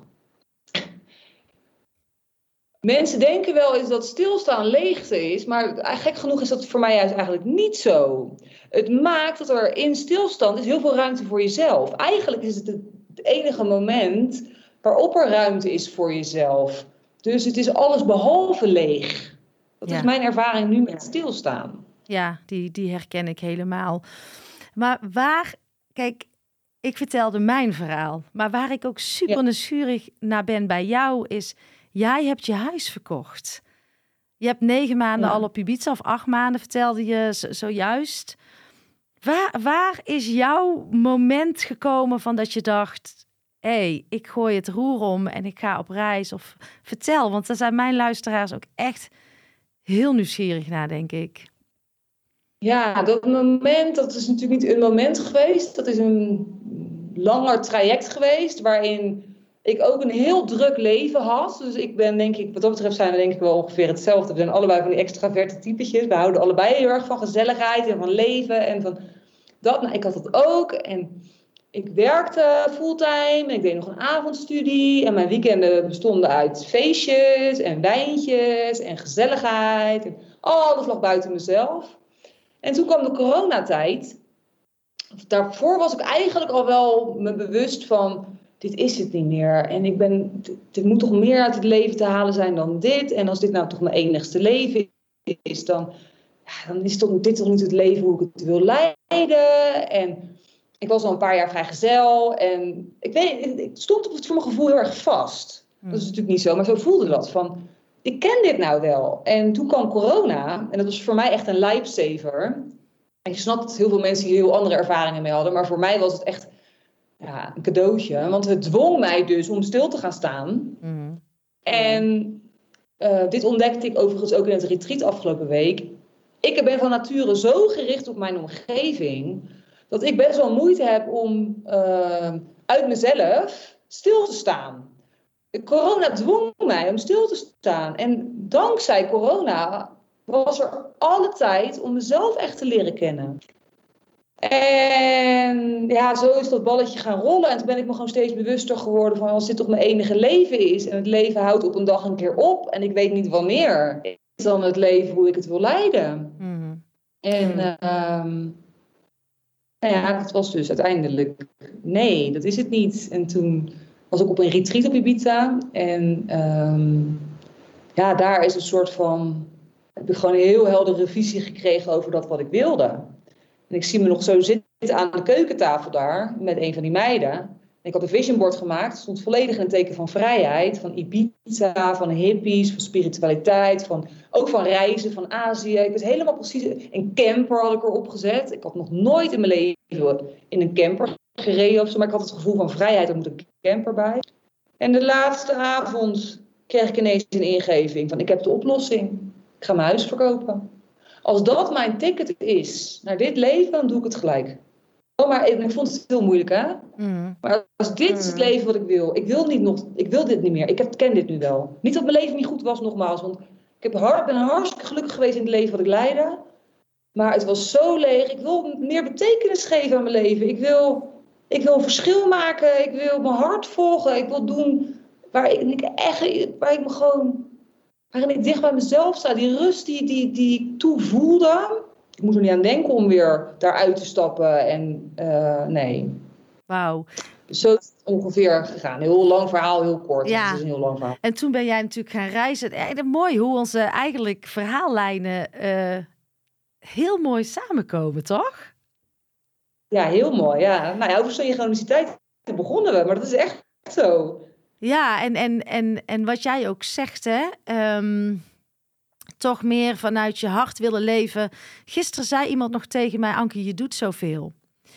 Mensen denken wel eens dat stilstaan leegte is, maar gek genoeg is dat voor mij juist eigenlijk niet zo. Het maakt dat er in stilstand is heel veel ruimte voor jezelf. Eigenlijk is het het enige moment waarop er ruimte is voor jezelf. Dus het is alles behalve leeg. Dat ja. is mijn ervaring nu met stilstaan. Ja, die, die herken ik helemaal. Maar waar, kijk, ik vertelde mijn verhaal, maar waar ik ook super ja. nieuwsgierig naar ben bij jou is, jij hebt je huis verkocht. Je hebt negen maanden ja. al op Ibiza, of acht maanden, vertelde je z- zojuist. Waar, waar is jouw moment gekomen van dat je dacht, hé, hey, ik gooi het roer om en ik ga op reis? Of vertel, want daar zijn mijn luisteraars ook echt heel nieuwsgierig naar, denk ik. Ja, dat moment, dat is natuurlijk niet een moment geweest. Dat is een langer traject geweest, waarin ik ook een heel druk leven had. Dus ik ben, denk ik, wat dat betreft zijn we denk ik wel ongeveer hetzelfde. We zijn allebei van die extraverte typetjes. We houden allebei heel erg van gezelligheid en van leven en van dat. Nou, ik had dat ook. En ik werkte fulltime en ik deed nog een avondstudie. En mijn weekenden bestonden uit feestjes en wijntjes en gezelligheid. En alles lag buiten mezelf. En toen kwam de coronatijd. Daarvoor was ik eigenlijk al wel me bewust van, dit is het niet meer. En ik ben, er moet toch meer uit het leven te halen zijn dan dit. En als dit nou toch mijn enigste leven is, dan, ja, dan is toch, dit toch niet het leven hoe ik het wil leiden. En ik was al een paar jaar vrijgezel. En ik weet, ik stond op het voor mijn gevoel heel erg vast. Hmm. Dat is natuurlijk niet zo, maar zo voelde dat. Van, ik ken dit nou wel. En toen kwam corona. En dat was voor mij echt een lifesaver. En ik snap dat heel veel mensen hier heel andere ervaringen mee hadden. Maar voor mij was het echt ja, een cadeautje. Want het dwong mij dus om stil te gaan staan. Mm. En uh, dit ontdekte ik overigens ook in het retreat afgelopen week. Ik ben van nature zo gericht op mijn omgeving, dat ik best wel moeite heb om uh, uit mezelf stil te staan. Corona dwong mij om stil te staan. En dankzij corona was er alle tijd om mezelf echt te leren kennen. En ja, zo is dat balletje gaan rollen. En toen ben ik me gewoon steeds bewuster geworden van als dit toch mijn enige leven is. En het leven houdt op een dag een keer op. En ik weet niet wanneer. Is dan het leven hoe ik het wil leiden. Mm. En Mm. uh, nou ja, het was dus uiteindelijk nee, dat is het niet. En toen was ik op een retreat op Ibiza. En um, ja, daar is een soort van... heb ik gewoon een heel heldere visie gekregen over dat wat ik wilde. En ik zie me nog zo zitten aan de keukentafel daar met een van die meiden. En ik had een vision board gemaakt. Het stond volledig in het teken van vrijheid. Van Ibiza, van hippies, van spiritualiteit. Van, ook van reizen, van Azië. Ik was helemaal precies... Een camper had ik erop gezet. Ik had nog nooit in mijn leven in een camper gereden of zo. Maar ik had het gevoel van vrijheid, er moet een camper bij. En de laatste avond kreeg ik ineens een ingeving van ik heb de oplossing. Ik ga mijn huis verkopen. Als dat mijn ticket is naar dit leven, dan doe ik het gelijk. Oh, maar ik vond het heel moeilijk, hè? Mm. Maar als dit is het leven wat ik wil, ik wil, niet nog, ik wil dit niet meer. Ik heb, ken dit nu wel. Niet dat mijn leven niet goed was, nogmaals. Want ik heb hard, ben hartstikke gelukkig geweest in het leven wat ik leidde. Maar het was zo leeg. Ik wil meer betekenis geven aan mijn leven. Ik wil, ik wil een verschil maken. Ik wil mijn hart volgen. Ik wil doen waar ik, echt, waar ik me gewoon... waarin ik dicht bij mezelf sta. Die rust die, die, die ik toen voelde. Ik moet er niet aan denken om weer daaruit te stappen. En uh, nee. Wauw. Dus zo is het ongeveer gegaan. Heel lang verhaal, heel kort. Ja. Het is een heel lang verhaal. En toen ben jij natuurlijk gaan reizen. Eh, mooi hoe onze eigenlijk verhaallijnen uh, heel mooi samenkomen, toch? Ja, heel mooi. Ja. Nou ja, over synchroniciteit begonnen we. Maar dat is echt zo. Ja, en, en, en, en wat jij ook zegt, hè, um, toch meer vanuit je hart willen leven. Gisteren zei iemand nog tegen mij, Anke, je doet zoveel.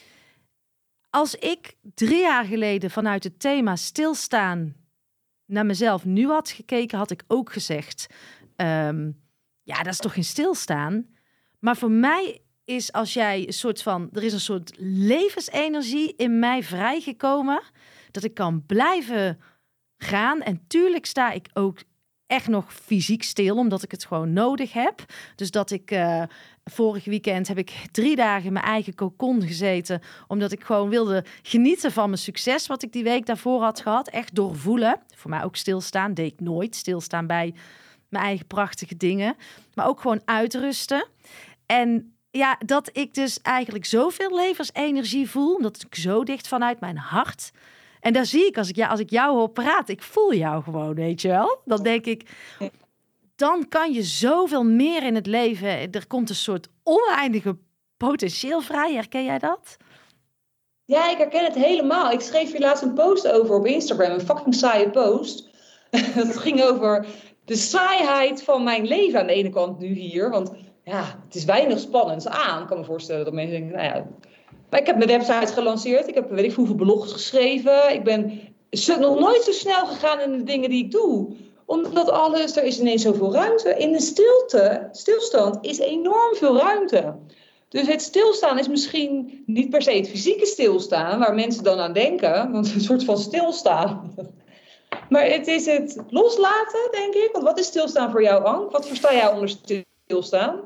Als ik drie jaar geleden vanuit het thema stilstaan naar mezelf nu had gekeken, had ik ook gezegd, um, ja, dat is toch geen stilstaan. Maar voor mij is als jij een soort van, er is een soort levensenergie in mij vrijgekomen, dat ik kan blijven gaan. En tuurlijk sta ik ook echt nog fysiek stil, omdat ik het gewoon nodig heb. Dus dat ik uh, vorig weekend heb ik drie dagen in mijn eigen cocon gezeten, omdat ik gewoon wilde genieten van mijn succes, wat ik die week daarvoor had gehad. Echt doorvoelen. Voor mij ook stilstaan, deed ik nooit. Stilstaan bij mijn eigen prachtige dingen. Maar ook gewoon uitrusten. En ja, dat ik dus eigenlijk zoveel levensenergie voel, omdat ik zo dicht vanuit mijn hart. En daar zie ik, als ik, ja, als ik jou hoor praten, ik voel jou gewoon, weet je wel. Dan denk ik, dan kan je zoveel meer in het leven. Er komt een soort oneindige potentieel vrij. Herken jij dat? Ja, ik herken het helemaal. Ik schreef hier laatst een post over op Instagram, een fucking saaie post. Dat ging over de saaiheid van mijn leven aan de ene kant nu hier. Want ja, het is weinig spannends aan. Ik kan me voorstellen dat mensen denken, nou ja... Maar ik heb mijn website gelanceerd. Ik heb weet ik hoeveel blogs geschreven. Ik ben zo, nog nooit zo snel gegaan in de dingen die ik doe. Omdat alles, er is ineens zoveel ruimte. In de stilte, stilstand, is enorm veel ruimte. Dus het stilstaan is misschien niet per se het fysieke stilstaan, waar mensen dan aan denken. Want een soort van stilstaan. Maar het is het loslaten, denk ik. Want wat is stilstaan voor jou, Ank? Wat versta jij onder stilstaan?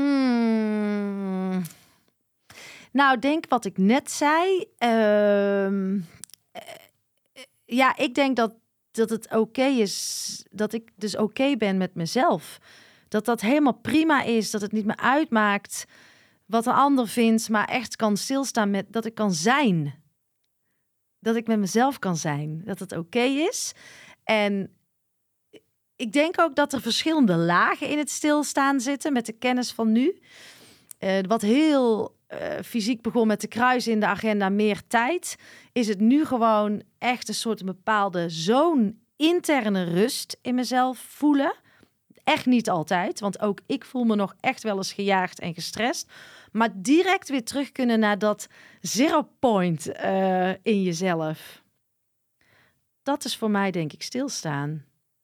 Mm. Nou, denk wat ik net zei. Uh, uh, ja, ik denk dat, dat het oké okay is. Dat ik dus oké okay ben met mezelf. Dat dat helemaal prima is. Dat het niet meer uitmaakt wat een ander vindt. Maar echt kan stilstaan met dat ik kan zijn. Dat ik met mezelf kan zijn. Dat het oké okay is. En ik denk ook dat er verschillende lagen in het stilstaan zitten. Met de kennis van nu. Uh, wat heel... Uh, fysiek begon met de kruis in de agenda meer tijd, is het nu gewoon echt een soort een bepaalde zo'n interne rust in mezelf voelen. Echt niet altijd, want ook ik voel me nog echt wel eens gejaagd en gestrest. Maar direct weer terug kunnen naar dat zero point uh, in jezelf. Dat is voor mij denk ik stilstaan.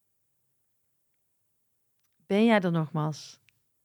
Ben jij er nogmaals?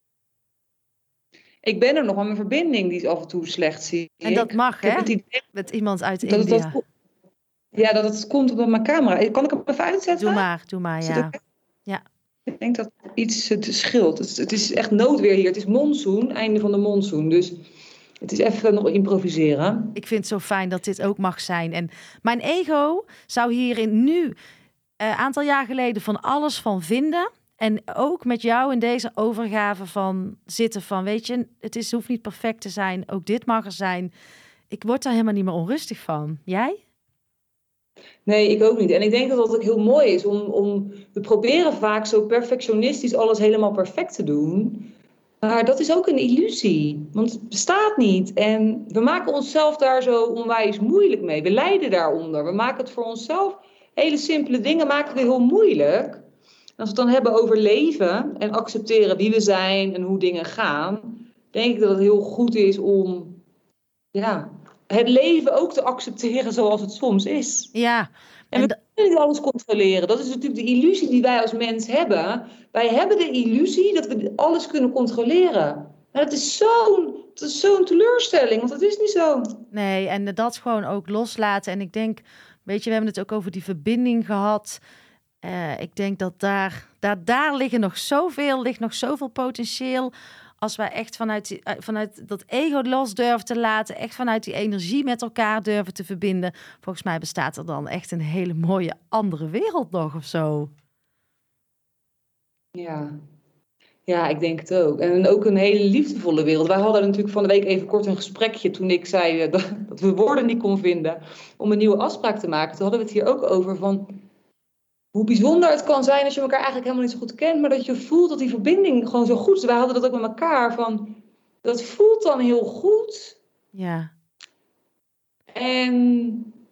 Ik ben er nog, maar mijn verbinding die is af en toe slecht, zie ik. En dat mag, ik hè? Idee, met iemand uit dat India. Het, dat, ja, dat het komt op mijn camera. Kan ik hem even uitzetten? Doe maar, doe maar, ja. ja. Ik denk dat iets het scheelt. Het, het is echt noodweer hier. Het is monsoon, einde van de monsoon. Dus Het is even nog improviseren. Ik vind het zo fijn dat dit ook mag zijn. En mijn ego zou hierin nu, een uh, aantal jaar geleden, van alles van vinden. En ook met jou in deze overgave van zitten van, weet je, het is, hoeft niet perfect te zijn. Ook dit mag er zijn. Ik word daar helemaal niet meer onrustig van. Jij? Nee, ik ook niet. En ik denk dat dat ook heel mooi is. Om, om, we proberen vaak zo perfectionistisch alles helemaal perfect te doen. Maar dat is ook een illusie. Want het bestaat niet. En we maken onszelf daar zo onwijs moeilijk mee. We lijden daaronder. We maken het voor onszelf. Hele simpele dingen maken we heel moeilijk. En als we het dan hebben over leven en accepteren wie we zijn en hoe dingen gaan, denk ik dat het heel goed is om ja, het leven ook te accepteren zoals het soms is. Ja. En, en we kunnen niet alles controleren. Dat is natuurlijk de illusie die wij als mens hebben. Wij hebben de illusie dat we alles kunnen controleren. Maar dat is zo'n, dat is zo'n teleurstelling, want dat is niet zo. Nee, en dat gewoon ook loslaten. En ik denk, weet je, we hebben het ook over die verbinding gehad. Uh, ik denk dat daar, daar, daar liggen nog zoveel, ligt nog zoveel potentieel. Als wij echt vanuit, die, vanuit dat ego los durven te laten, echt vanuit die energie met elkaar durven te verbinden. Volgens mij bestaat er dan echt een hele mooie andere wereld nog of zo. Ja. Ja, ik denk het ook. En ook een hele liefdevolle wereld. Wij hadden natuurlijk van de week even kort een gesprekje toen ik zei dat, dat we woorden niet kon vinden om een nieuwe afspraak te maken. Toen hadden we het hier ook over van hoe bijzonder het kan zijn als je elkaar eigenlijk helemaal niet zo goed kent, maar dat je voelt dat die verbinding gewoon zo goed is. Wij hadden dat ook met elkaar van, dat voelt dan heel goed. Ja. En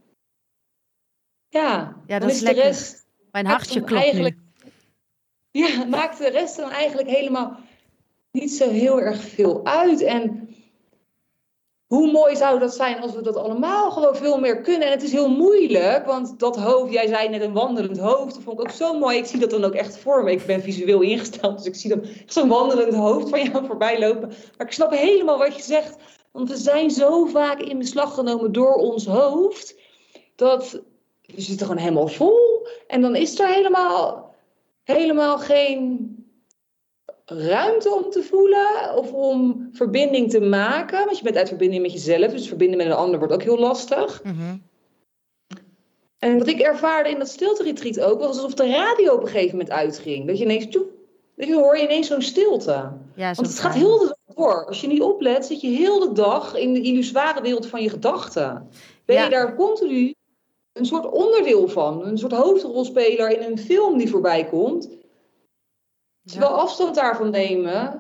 ja, ja dat dan is, is lekker. De rest Mijn hartje klopt eigenlijk, nu. Ja, maakt de rest dan eigenlijk helemaal niet zo heel erg veel uit. En hoe mooi zou dat zijn als we dat allemaal gewoon veel meer kunnen. En het is heel moeilijk, want dat hoofd, jij zei net een wandelend hoofd, dat vond ik ook zo mooi. Ik zie dat dan ook echt voor me. Ik ben visueel ingesteld, dus ik zie dan zo'n wandelend hoofd van jou voorbij lopen. Maar ik snap helemaal wat je zegt, want we zijn zo vaak in beslag genomen door ons hoofd, dat we zitten gewoon helemaal vol. En dan is er helemaal, helemaal geen ruimte om te voelen of om verbinding te maken. Want je bent uit verbinding met jezelf, dus verbinden met een ander wordt ook heel lastig. Mm-hmm. En wat ik ervaarde in dat stilte-retreat ook, was alsof de radio op een gegeven moment uitging. Dat je ineens, tjoep, dat je hoor je ineens zo'n stilte. Ja, zo Want het fijn. gaat heel de dag door. Als je niet oplet, zit je heel de dag in de illusoire wereld van je gedachten. Ben Ja. je daar continu een soort onderdeel van, een soort hoofdrolspeler in een film die voorbij komt. Terwijl ja. afstand daarvan nemen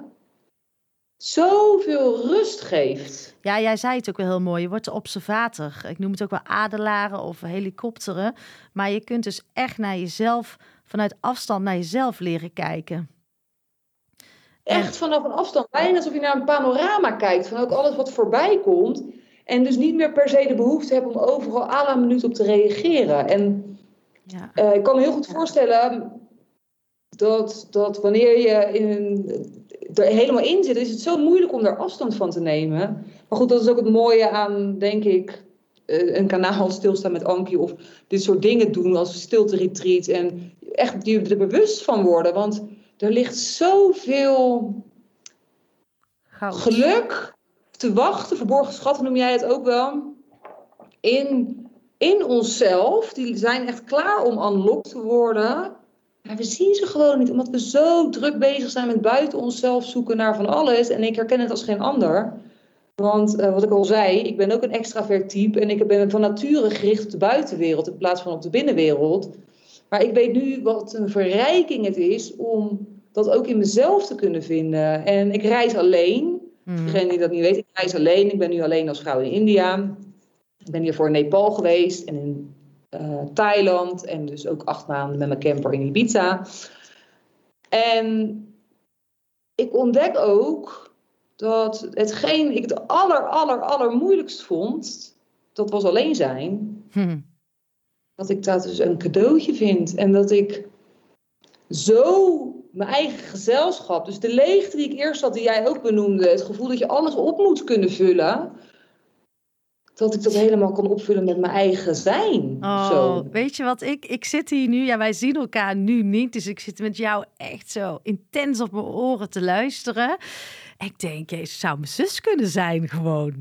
zoveel rust geeft. Ja, jij zei het ook wel heel mooi. Je wordt de observator. Ik noem het ook wel adelaren of helikopteren. Maar je kunt dus echt naar jezelf, vanuit afstand naar jezelf leren kijken. Echt en... vanaf een afstand. Bijna alsof je naar een panorama kijkt. Van ook alles wat voorbij komt. En dus niet meer per se de behoefte hebt om overal à la minuut op te reageren. En ja. uh, ik kan me heel goed voorstellen dat, dat wanneer je in, er helemaal in zit, is het zo moeilijk om daar afstand van te nemen. Maar goed, dat is ook het mooie aan, denk ik, een kanaal stilstaan met Ankie of dit soort dingen doen als stilte-retreat. En echt je er bewust van worden, want er ligt zoveel Goud. geluk te wachten, verborgen schatten noem jij het ook wel, in, in onszelf. Die zijn echt klaar om unlocked te worden. Maar we zien ze gewoon niet, omdat we zo druk bezig zijn met buiten onszelf zoeken naar van alles. En ik herken het als geen ander. Want uh, wat ik al zei, ik ben ook een extravert type. En ik ben van nature gericht op de buitenwereld in plaats van op de binnenwereld. Maar ik weet nu wat een verrijking het is om dat ook in mezelf te kunnen vinden. En ik reis alleen. Hmm. Voor degene die dat niet weet, ik reis alleen. Ik ben nu alleen als vrouw in India. Ik ben hiervoor in Nepal geweest en in Uh, Thailand en dus ook acht maanden met mijn camper in Ibiza. En ik ontdek ook dat hetgeen ik het aller, aller, aller moeilijkst vond, dat was alleen zijn. Hm. Dat ik dat dus een cadeautje vind en dat ik zo mijn eigen gezelschap, dus de leegte die ik eerst had, die jij ook benoemde, het gevoel dat je alles op moet kunnen vullen, dat ik dat helemaal kan opvullen met mijn eigen zijn. Oh, zo. Weet je wat ik... Ik zit hier nu... Ja, wij zien elkaar nu niet. Dus ik zit met jou echt zo intens op mijn oren te luisteren. Ik denk, jezus, zou mijn zus kunnen zijn gewoon.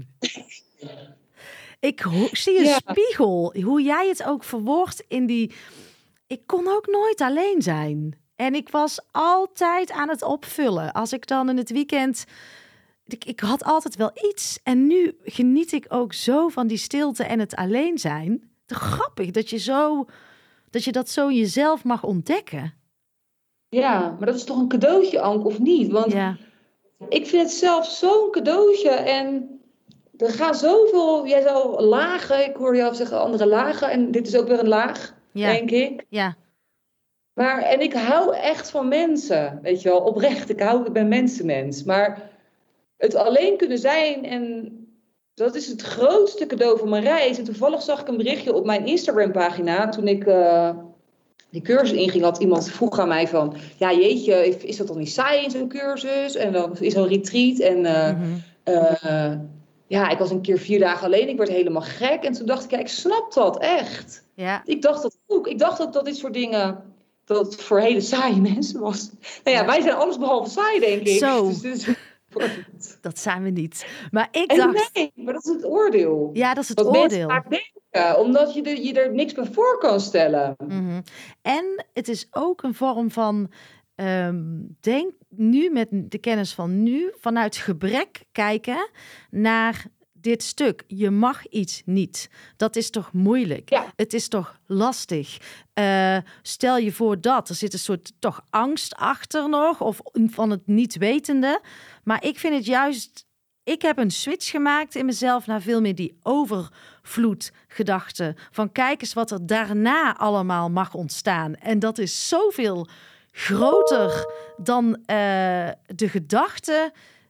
Ik ho- zie een Ja. spiegel. Hoe jij het ook verwoordt in die... Ik kon ook nooit alleen zijn. En ik was altijd aan het opvullen. Als ik dan in het weekend... Ik, ik had altijd wel iets. En nu geniet ik ook zo van die stilte en het alleen zijn. Te grappig dat je, zo, dat je dat zo in jezelf mag ontdekken. Ja, maar dat is toch een cadeautje, Ank, of niet? Want Ja, ik vind het zelf zo'n cadeautje. En er gaan zoveel, jij zou lagen, ik hoor jou zeggen andere lagen. En dit is ook weer een laag, ja, denk ik. ja, Maar, en ik hou echt van mensen, weet je wel, oprecht. Ik hou, ik ben mensenmens. Maar het alleen kunnen zijn, en dat is het grootste cadeau van mijn reis. En toevallig zag ik een berichtje op mijn Instagram-pagina toen ik uh, die cursus inging. Had iemand vroeg aan mij van, ja jeetje, is dat dan niet saai in zo'n cursus? En dan is zo'n retreat. En uh, mhm. uh, ja, ik was een keer vier dagen alleen. Ik werd helemaal gek. En toen dacht ik, ja, ik snap dat echt. Ja, Ik dacht dat ook. Ik dacht ook dat dit soort dingen, dat het voor hele saaie mensen was. Nou ja, Ja. wij zijn alles behalve saai, denk ik. Zo. Dus dit is important. dat zijn we niet. Maar ik En dacht... nee, maar dat is het oordeel. Ja, dat is het Wat mensen oordeel. vaak denken, omdat je, er, je er niks bij voor kan stellen. Mhm. En het is ook een vorm van... Um, denk nu met de kennis van nu... vanuit gebrek kijken naar dit stuk. Je mag iets niet. Dat is toch moeilijk? Ja. Het is toch lastig? Uh, stel je voor dat. Er zit een soort toch angst achter nog... of van het niet wetende. Maar ik vind het juist... Ik heb een switch gemaakt in mezelf naar veel meer die overvloedgedachte. Van kijk eens wat er daarna allemaal mag ontstaan. En dat is zoveel groter dan uh, de gedachte.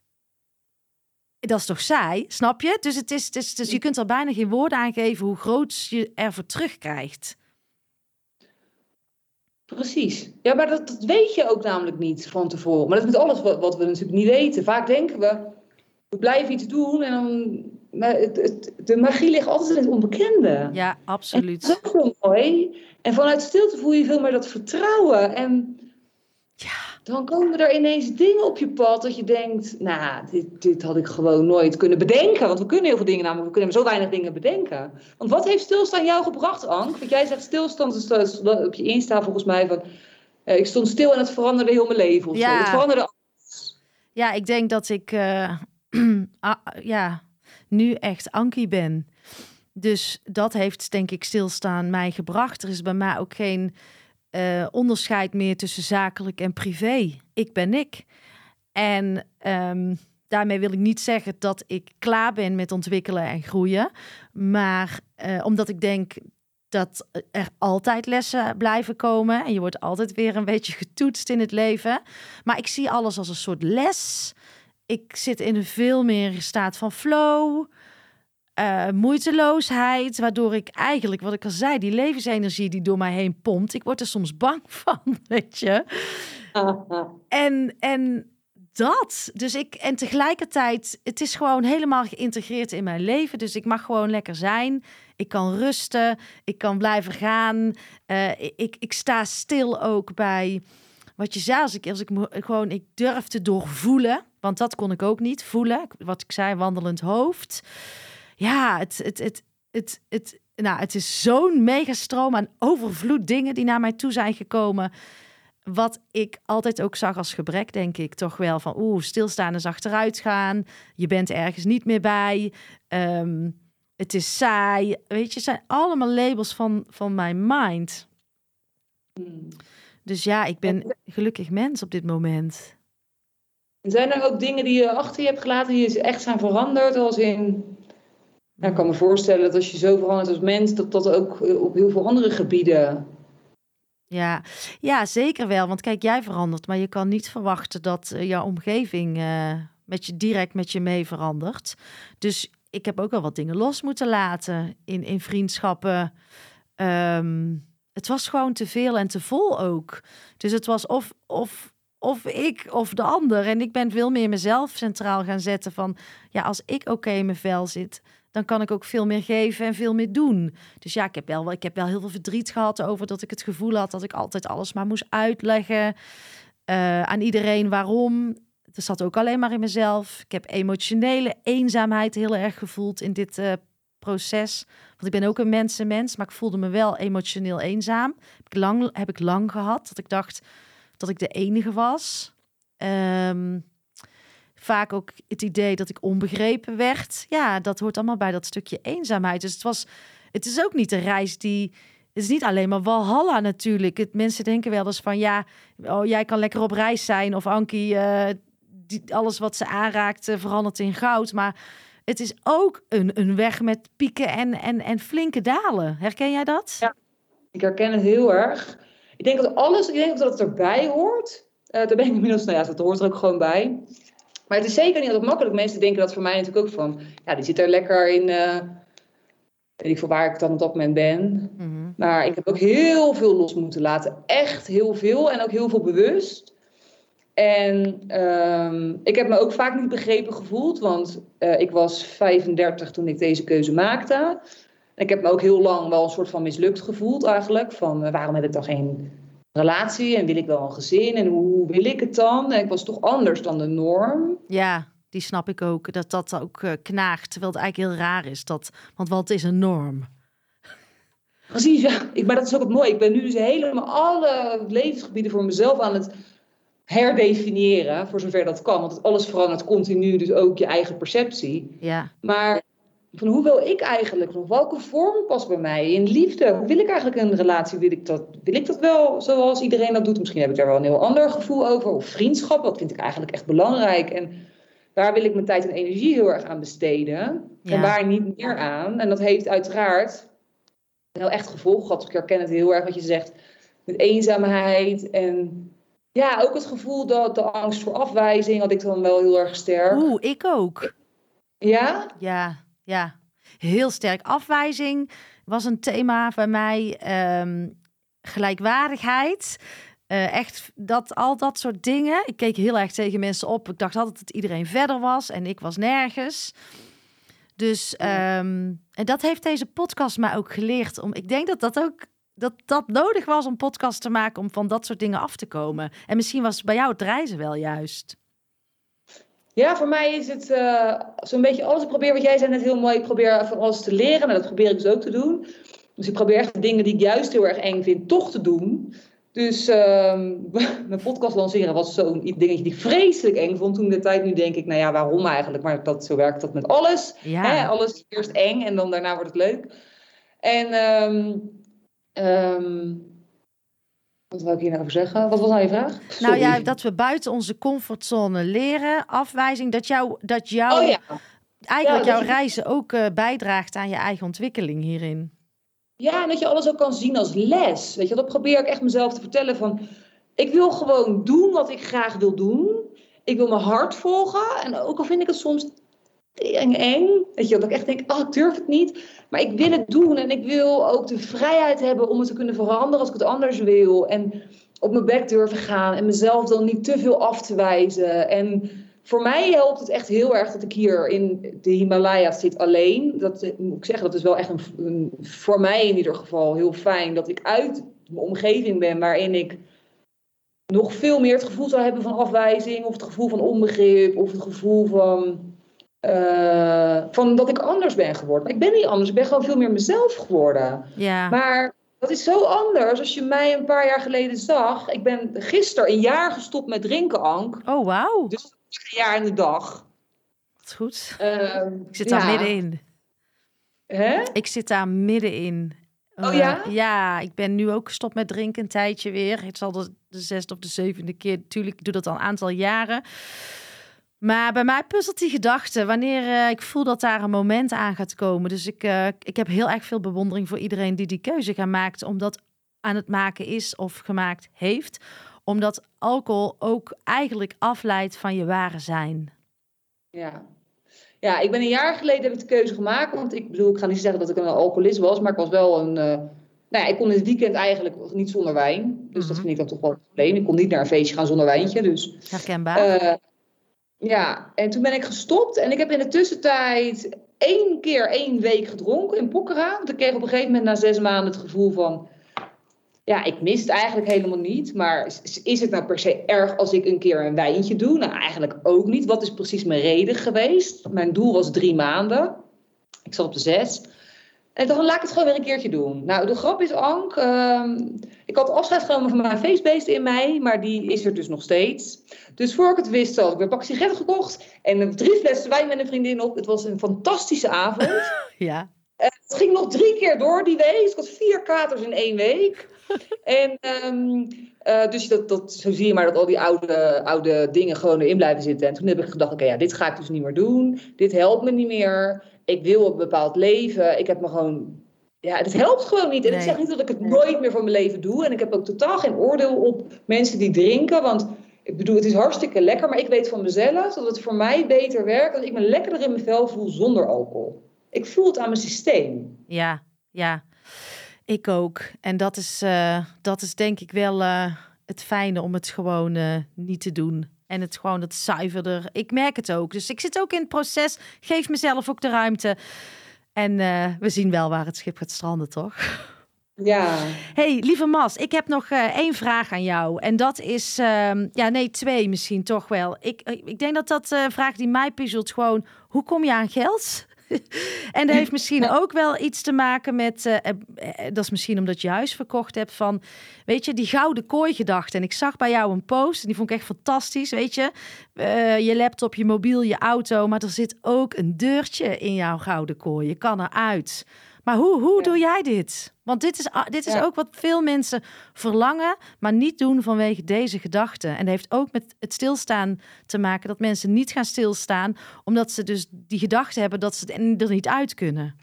Dat is toch saai, snap je? Dus, het is, het is, dus je kunt er bijna geen woorden aan geven hoe groot je ervoor terugkrijgt. Precies. Ja, maar dat, dat weet je ook namelijk niet van tevoren. Maar dat is met alles wat, wat we natuurlijk niet weten. Vaak denken we... We blijven iets doen en dan... Maar het, het, de magie ligt altijd in het onbekende. Ja, absoluut. En dat is ook zo mooi. En vanuit stilte voel je veel meer dat vertrouwen. En ja. Dan komen er ineens dingen op je pad dat je denkt... Nou, dit, dit had ik gewoon nooit kunnen bedenken. Want we kunnen heel veel dingen namelijk. We kunnen zo weinig dingen bedenken. Want wat heeft stilstaan jou gebracht, Ank? Want jij zegt stilstand, dus op je Insta volgens mij van... Uh, ik stond stil en het veranderde heel mijn leven. Of ja. zo. Het veranderde alles. Ja, ik denk dat ik... Uh... ah, ja, nu echt Ankie ben. Dus dat heeft, denk ik, stilstaan mij gebracht. Er is bij mij ook geen uh, onderscheid meer tussen zakelijk en privé. Ik ben ik. En um, daarmee wil ik niet zeggen dat ik klaar ben met ontwikkelen en groeien. Maar uh, omdat ik denk dat er altijd lessen blijven komen. En je wordt altijd weer een beetje getoetst in het leven. Maar ik zie alles als een soort les. Ik zit in een veel meer staat van flow, uh, moeiteloosheid, waardoor ik eigenlijk, wat ik al zei, die levensenergie die door mij heen pompt, ik word er soms bang van, weet je. En, en dat, dus ik, en tegelijkertijd, het is gewoon helemaal geïntegreerd in mijn leven, dus ik mag gewoon lekker zijn. Ik kan rusten, ik kan blijven gaan. Uh, ik, ik sta stil ook bij... Wat je zei, als ik, als ik gewoon, ik durf te doorvoelen, want dat kon ik ook niet voelen. Wat ik zei, wandelend hoofd. Ja, het, het, het, het, het, nou, het is zo'n megastroom aan overvloed dingen die naar mij toe zijn gekomen. Wat ik altijd ook zag als gebrek, denk ik toch wel van, oeh, stilstaan is achteruit gaan. Je bent ergens niet meer bij. Um, het is saai. Weet je, het zijn allemaal labels van, van mijn mind. Hmm. Dus ja, ik ben gelukkig mens op dit moment. Zijn er ook dingen die je achter je hebt gelaten die echt zijn veranderd? Als in, ja, ik kan me voorstellen dat als je zo verandert als mens, dat dat ook op heel veel andere gebieden... Ja, ja, zeker wel. Want kijk, jij verandert, maar je kan niet verwachten dat uh, jouw omgeving uh, met je, direct met je mee verandert. Dus ik heb ook wel wat dingen los moeten laten in, in vriendschappen. Um, Het was gewoon te veel en te vol ook. Dus het was of, of, of ik of de ander. En ik ben veel meer mezelf centraal gaan zetten van... ja, als ik oké in mijn vel zit... dan kan ik ook veel meer geven en veel meer doen. Dus ja, ik heb wel, ik heb wel heel veel verdriet gehad over dat ik het gevoel had... dat ik altijd alles maar moest uitleggen uh, aan iedereen waarom. Het zat ook alleen maar in mezelf. Ik heb emotionele eenzaamheid heel erg gevoeld in dit uh, proces. Want ik ben ook een mensenmens, maar ik voelde me wel emotioneel eenzaam. Heb ik lang, heb ik lang gehad, dat ik dacht dat ik de enige was. Um, vaak ook het idee dat ik onbegrepen werd. Ja, dat hoort allemaal bij dat stukje eenzaamheid. Dus het was, het is ook niet een reis die... Het is niet alleen maar Walhalla natuurlijk. Het, mensen denken wel eens van ja, oh, jij kan lekker op reis zijn. Of Ankie, uh, die, alles wat ze aanraakt uh, verandert in goud. Maar het is ook een, een weg met pieken en, en, en flinke dalen. Herken jij dat? Ja, ik herken het heel erg. Ik denk dat alles, ik denk dat het erbij hoort. Uh, daar ben ik inmiddels, nou ja, dat hoort er ook gewoon bij. Maar het is zeker niet altijd makkelijk. Mensen denken dat voor mij natuurlijk ook van, ja, die zit er lekker in, uh, weet ik veel waar ik dan op dat moment ben. Mm-hmm. Maar ik heb ook heel veel los moeten laten. Echt heel veel en ook heel veel bewust. En um, ik heb me ook vaak niet begrepen gevoeld, want uh, ik was vijfendertig toen ik deze keuze maakte. En ik heb me ook heel lang wel een soort van mislukt gevoeld eigenlijk. Van uh, waarom heb ik dan geen relatie en wil ik wel een gezin en hoe wil ik het dan? En ik was toch anders dan de norm. Ja, die snap ik ook. Dat dat ook uh, knaagt, terwijl het eigenlijk heel raar is. Dat, want wat is een norm? Precies, ja. Ik, maar dat is ook het mooie. Ik ben nu dus helemaal alle levensgebieden voor mezelf aan het herdefiniëren, voor zover dat kan. Want alles verandert continu, dus ook je eigen perceptie. Ja. Maar van hoe wil ik eigenlijk nog? Welke vorm past bij mij? In liefde, hoe wil ik eigenlijk een relatie? Wil ik dat, wil ik dat wel zoals iedereen dat doet? Misschien heb ik daar wel een heel ander gevoel over. Of vriendschap, dat vind ik eigenlijk echt belangrijk. En daar wil ik mijn tijd en energie heel erg aan besteden. Ja. En waar niet meer aan. En dat heeft uiteraard heel echt gevolg gehad. Ik herken het heel erg wat je zegt. Met eenzaamheid en ja, ook het gevoel dat de angst voor afwijzing had ik dan wel heel erg sterk. Oeh, ik ook. Ja? Ja, ja. Heel sterk. Afwijzing was een thema bij mij. Um, gelijkwaardigheid. Uh, echt dat, al dat soort dingen. Ik keek heel erg tegen mensen op. Ik dacht altijd dat iedereen verder was en ik was nergens. Dus um, en dat heeft deze podcast mij ook geleerd. Om, ik denk dat dat ook dat dat nodig was om podcast te maken om van dat soort dingen af te komen. En misschien was het bij jou het reizen wel juist. Ja, voor mij is het uh, zo'n beetje alles. Ik probeer, wat jij zei net heel mooi, ik probeer van alles te leren. En dat probeer ik dus ook te doen. Dus ik probeer echt de dingen die ik juist heel erg eng vind, toch te doen. Dus uh, mijn podcast lanceren was zo'n dingetje die ik vreselijk eng vond toen de tijd. Nu denk ik, nou ja, waarom eigenlijk? Maar dat, zo werkt dat met alles. Ja. Hè? Alles is eerst eng en dan daarna wordt het leuk. En um, um, wat wil ik hier nou over zeggen? Wat was nou je vraag? Sorry. Nou ja, dat we buiten onze comfortzone leren, afwijzing, dat jou, dat jou oh, ja. eigenlijk ja, jouw je... reizen ook uh, bijdraagt aan je eigen ontwikkeling hierin. Ja, en dat je alles ook kan zien als les. Weet je, dat probeer ik echt mezelf te vertellen van, ik wil gewoon doen wat ik graag wil doen. Ik wil mijn hart volgen. En ook al vind ik het soms eng, eng, weet je, dat ik echt denk, oh, ik durf het niet. Maar ik wil het doen en ik wil ook de vrijheid hebben om het te kunnen veranderen als ik het anders wil. En op mijn bek durven gaan en mezelf dan niet te veel af te wijzen. En voor mij helpt het echt heel erg dat ik hier in de Himalaya's zit alleen. Dat moet ik zeggen, dat is wel echt een, een, voor mij in ieder geval heel fijn. Dat ik uit mijn omgeving ben waarin ik nog veel meer het gevoel zou hebben van afwijzing. Of het gevoel van onbegrip. Of het gevoel van, uh, van dat ik anders ben geworden. Maar ik ben niet anders, ik ben gewoon veel meer mezelf geworden. Ja. Maar dat is zo anders als je mij een paar jaar geleden zag. Ik ben gisteren een jaar gestopt met drinken, Ank. Oh, wauw. Dus een jaar en de dag. Dat is goed. Uh, ik zit ja. daar middenin. Hè? Ik zit daar middenin. Oh uh, ja? Ja, ik ben nu ook gestopt met drinken een tijdje weer. Het is al de, de zesde of de zevende keer. Natuurlijk, ik doe dat al een aantal jaren. Maar bij mij puzzelt die gedachte. Wanneer uh, ik voel dat daar een moment aan gaat komen. Dus ik, uh, ik heb heel erg veel bewondering voor iedereen die die keuze gaat maken. Omdat aan het maken is of gemaakt heeft. Omdat alcohol ook eigenlijk afleidt van je ware zijn. Ja. Ja, ik ben een jaar geleden heb ik de keuze gemaakt. Want ik bedoel, ik ga niet zeggen dat ik een alcoholist was. Maar ik was wel een... Uh, nou ja, ik kon in het weekend eigenlijk niet zonder wijn. Dus dat Mhm. vind ik dan toch wel een probleem. Ik kon niet naar een feestje gaan zonder wijntje. Dus Herkenbaar. uh, ja, en toen ben ik gestopt. En ik heb in de tussentijd één keer één week gedronken in Pokhara. Want ik kreeg op een gegeven moment na zes maanden het gevoel van... Ja, ik mis het eigenlijk helemaal niet. Maar is, is het nou per se erg als ik een keer een wijntje doe? Nou, eigenlijk ook niet. Wat is precies mijn reden geweest? Mijn doel was drie maanden. Ik zat op de zes. En toen laat ik het gewoon weer een keertje doen. Nou, de grap is, Ank, uh, ik had afscheid genomen van mijn feestbeest in mei, maar die is er dus nog steeds. Dus voor ik het wist had ik weer een pak sigaretten gekocht en drie flessen wijn met een vriendin op. Het was een fantastische avond. Ja. En het ging nog drie keer door die week. Dus ik had vier katers in één week. En um, uh, dus dat, dat, zo zie je maar dat al die oude, oude dingen gewoon erin blijven zitten. En toen heb ik gedacht, oké, okay, ja, dit ga ik dus niet meer doen. Dit helpt me niet meer. Ik wil een bepaald leven. Ik heb me gewoon... Ja, het helpt gewoon niet. En nee. Ik zeg niet dat ik het nooit meer van mijn leven doe. En ik heb ook totaal geen oordeel op mensen die drinken. Want ik bedoel, het is hartstikke lekker. Maar ik weet van mezelf dat het voor mij beter werkt als ik me lekkerder in mijn vel voel zonder alcohol. Ik voel het aan mijn systeem. Ja, ja. Ik ook. En dat is, uh, dat is denk ik wel uh, het fijne om het gewoon uh, niet te doen. En het gewoon het zuiverder. Ik merk het ook. Dus ik zit ook in het proces. Geef mezelf ook de ruimte. En uh, we zien wel waar het schip gaat stranden, toch? Ja. Hey, lieve Mas, ik heb nog uh, één vraag aan jou. En dat is, uh, ja nee, twee misschien toch wel. Ik, ik denk dat dat een uh, vraag die mij puzzelt gewoon, hoe kom je aan geld? En dat heeft misschien ook wel iets te maken met... Uh, uh, dat is misschien omdat je huis verkocht hebt van... Weet je, die gouden kooi gedachte. En ik zag bij jou een post en die vond ik echt fantastisch. Weet je, uh, je laptop, je mobiel, je auto. Maar er zit ook een deurtje in jouw gouden kooi. Je kan eruit. Maar hoe, hoe ja. doe jij dit? Want dit is, dit is ja. ook wat veel mensen verlangen, maar niet doen vanwege deze gedachte. En dat heeft ook met het stilstaan te maken, dat mensen niet gaan stilstaan, omdat ze dus die gedachte hebben dat ze er niet uit kunnen.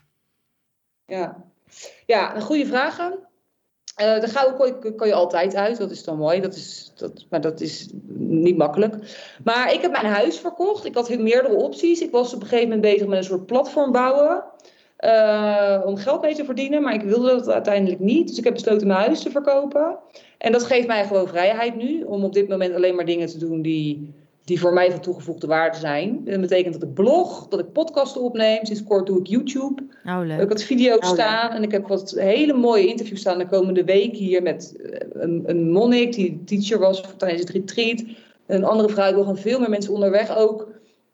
Ja, ja, een goede vraag. Uh, de gouden kooi kan je altijd uit, dat is dan mooi, dat is, dat, maar dat is niet makkelijk. Maar ik heb mijn huis verkocht, ik had meerdere opties. Ik was op een gegeven moment bezig met een soort platform bouwen. Uh, om geld mee te verdienen, maar ik wilde dat uiteindelijk niet. Dus ik heb besloten mijn huis te verkopen. En dat geeft mij gewoon vrijheid nu, om op dit moment alleen maar dingen te doen die, die voor mij van toegevoegde waarde zijn. Dat betekent dat ik blog, dat ik podcasten opneem. Sinds kort doe ik YouTube. Oh, leuk. Ik had video's oh, staan leuk. En ik heb wat hele mooie interviews staan de komende week hier met een, een monnik die teacher was tijdens het retreat. Een andere vrouw, ik wil gewoon veel meer mensen onderweg ook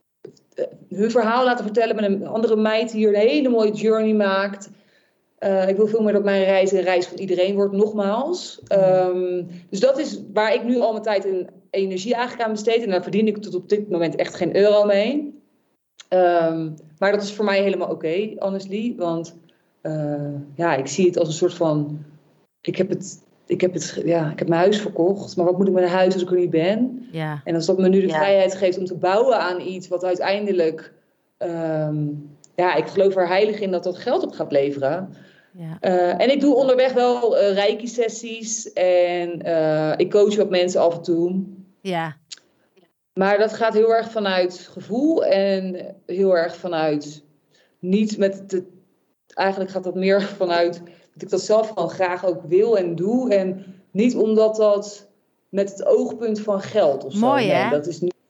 hun verhaal laten vertellen met een andere meid die hier een hele mooie journey maakt. Uh, ik wil veel meer dat mijn reis een reis van iedereen wordt, nogmaals. Um, dus dat is waar ik nu al mijn tijd en energie eigenlijk aan besteed. En daar verdien ik tot op dit moment echt geen euro mee. Um, maar dat is voor mij helemaal oké, okay, honestly. Want uh, ja, ik zie het als een soort van... Ik heb het... Ik heb, het, ja, ik heb mijn huis verkocht, maar wat moet ik met een huis als ik er niet ben? Ja. En als dat me nu de ja. vrijheid geeft om te bouwen aan iets wat uiteindelijk... Um, ja, ik geloof er heilig in dat dat geld op gaat leveren. Ja. Uh, en ik doe onderweg wel uh, reiki-sessies en uh, ik coach wat mensen af en toe. Ja. Maar dat gaat heel erg vanuit gevoel en heel erg vanuit... Niet met de, eigenlijk gaat dat meer vanuit... dat ik dat zelf gewoon graag ook wil en doe. En niet omdat dat met het oogpunt van geld of zo. Mooi, nee, hè? dat is niet...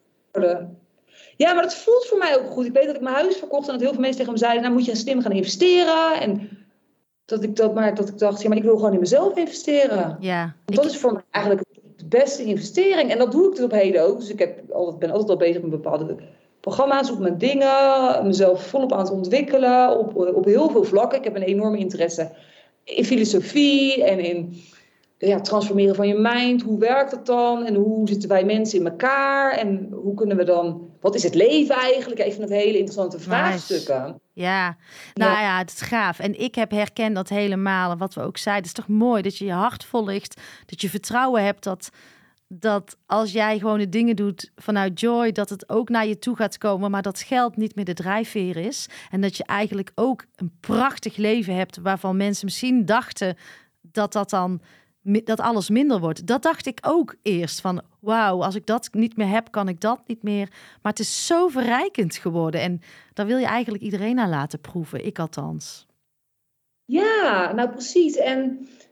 Ja, maar dat voelt voor mij ook goed. Ik weet dat ik mijn huis verkocht en dat heel veel mensen tegen me zeiden... nou moet je slim gaan investeren. En dat ik, dat, maar dat ik dacht, ja, maar ik wil gewoon in mezelf investeren. Ja. Want dat ik... is voor mij eigenlijk de beste investering. En dat doe ik tot op heden ook. Dus ik heb altijd, ben altijd al bezig met bepaalde... programma's, op mijn dingen, mezelf volop aan het ontwikkelen, op, op heel veel vlakken. Ik heb een enorme interesse in filosofie en in ja, transformeren van je mind. Hoe werkt dat dan? En hoe zitten wij mensen in elkaar? En hoe kunnen we dan... Wat is het leven eigenlijk? Ik vind dat hele interessante vraagstukken. Nice. Ja, nou ja. ja, het is gaaf. En ik heb herkend dat helemaal, wat we ook zeiden. Het is toch mooi dat je je hart volgt, dat je vertrouwen hebt dat... dat als jij gewoon de dingen doet vanuit joy, dat het ook naar je toe gaat komen, maar dat geld niet meer de drijfveer is. En dat je eigenlijk ook een prachtig leven hebt waarvan mensen misschien dachten dat dat dan dat alles minder wordt. Dat dacht ik ook eerst van wauw, als ik dat niet meer heb, kan ik dat niet meer. Maar het is zo verrijkend geworden en daar wil je eigenlijk iedereen aan laten proeven. Ik althans. Ja, nou precies. En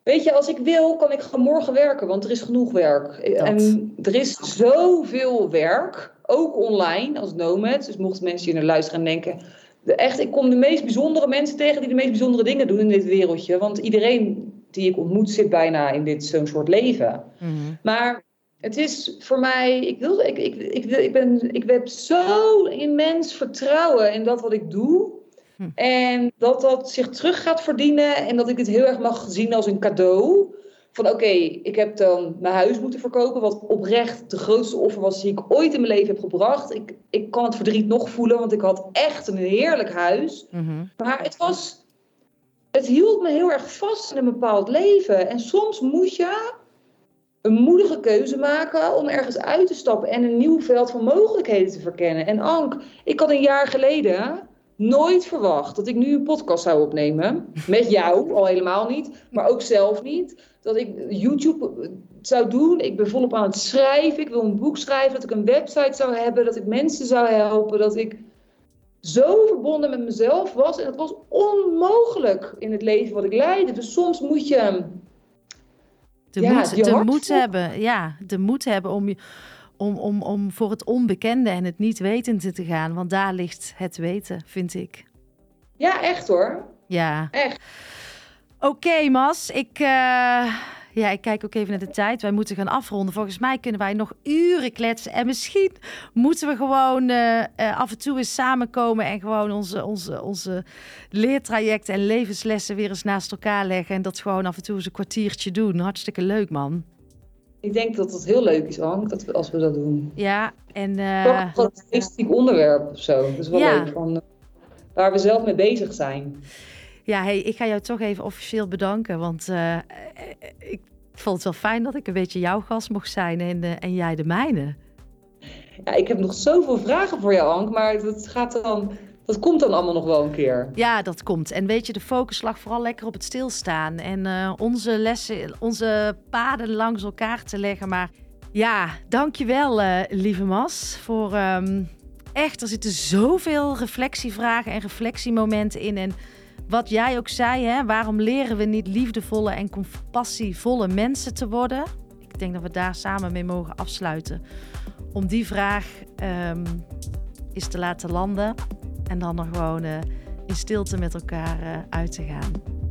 Weet je, als ik wil, kan ik gewoon morgen werken, want er is genoeg werk. Dat. En er is zoveel werk, ook online als nomad. Dus mochten mensen hier naar luisteren en denken... de- Echt, ik kom de meest bijzondere mensen tegen die de meest bijzondere dingen doen in dit wereldje. Want iedereen die ik ontmoet zit bijna in dit zo'n soort leven. Mm-hmm. Maar het is voor mij, ik, wil, ik, ik, ik, wil- ik, ben, ik heb zo immens vertrouwen in dat wat ik doe. Hm. En dat dat zich terug gaat verdienen en dat ik het heel erg mag zien als een cadeau. Van oké, ik heb dan mijn huis moeten verkopen, wat oprecht de grootste offer was die ik ooit in mijn leven heb gebracht. Ik, ik kan het verdriet nog voelen, want ik had echt een heerlijk huis. Mm-hmm. Maar het was, het hield me heel erg vast in een bepaald leven. En soms moet je een moedige keuze maken om ergens uit te stappen en een nieuw veld van mogelijkheden te verkennen. En Ank, ik had een jaar geleden nooit verwacht dat ik nu een podcast zou opnemen. Met jou, al helemaal niet, maar ook zelf niet. Dat ik YouTube zou doen. Ik ben volop aan het schrijven. Ik wil een boek schrijven, dat ik een website zou hebben, dat ik mensen zou helpen, dat ik zo verbonden met mezelf was. En dat was onmogelijk in het leven wat ik leidde. Dus soms moet je De, Ja, moed, je de hart moed volgen. hebben, ja, de moed hebben om, je- om, om, om voor het onbekende en het niet wetende te gaan. Want daar ligt het weten, vind ik. Ja, echt hoor. Ja. Echt. Oké, Mas. Ik, eh, ja, ik kijk ook even naar de tijd. Wij moeten gaan afronden. Volgens mij kunnen wij nog uren kletsen. En misschien moeten we gewoon eh, eh, af en toe eens samenkomen en gewoon onze, onze, onze leertrajecten en levenslessen weer eens naast elkaar leggen. En dat gewoon af en toe eens een kwartiertje doen. Hartstikke leuk, man. Ik denk dat het heel leuk is, Ank, dat we, als we dat doen. Ja, en eh, Toch gewoon een specifiek onderwerp of zo. Dat is wel Ja. leuk. Van, eh, waar we zelf mee bezig zijn. ja, hey, ik ga jou toch even officieel bedanken. Want eh, eh, ik vond het wel fijn dat ik een beetje jouw gast mocht zijn en, eh, en jij de mijne. Ja, ik heb nog zoveel vragen voor jou, Ank. Maar dat, gaat dan, dat komt dan allemaal nog wel een keer. Ja, dat komt. En weet je, de focus lag vooral lekker op het stilstaan. En eh, onze lessen, onze paden langs elkaar te leggen. Maar ja, dankjewel, eh lieve Mas. Voor ehm, echt, er zitten zoveel reflectievragen en reflectiemomenten in. En wat jij ook zei, hè, waarom leren we niet liefdevolle en compassievolle mensen te worden? Ik denk dat we daar samen mee mogen afsluiten. Om die vraag ehm, eens te laten landen. En dan nog gewoon uh, in stilte met elkaar uh, uit te gaan.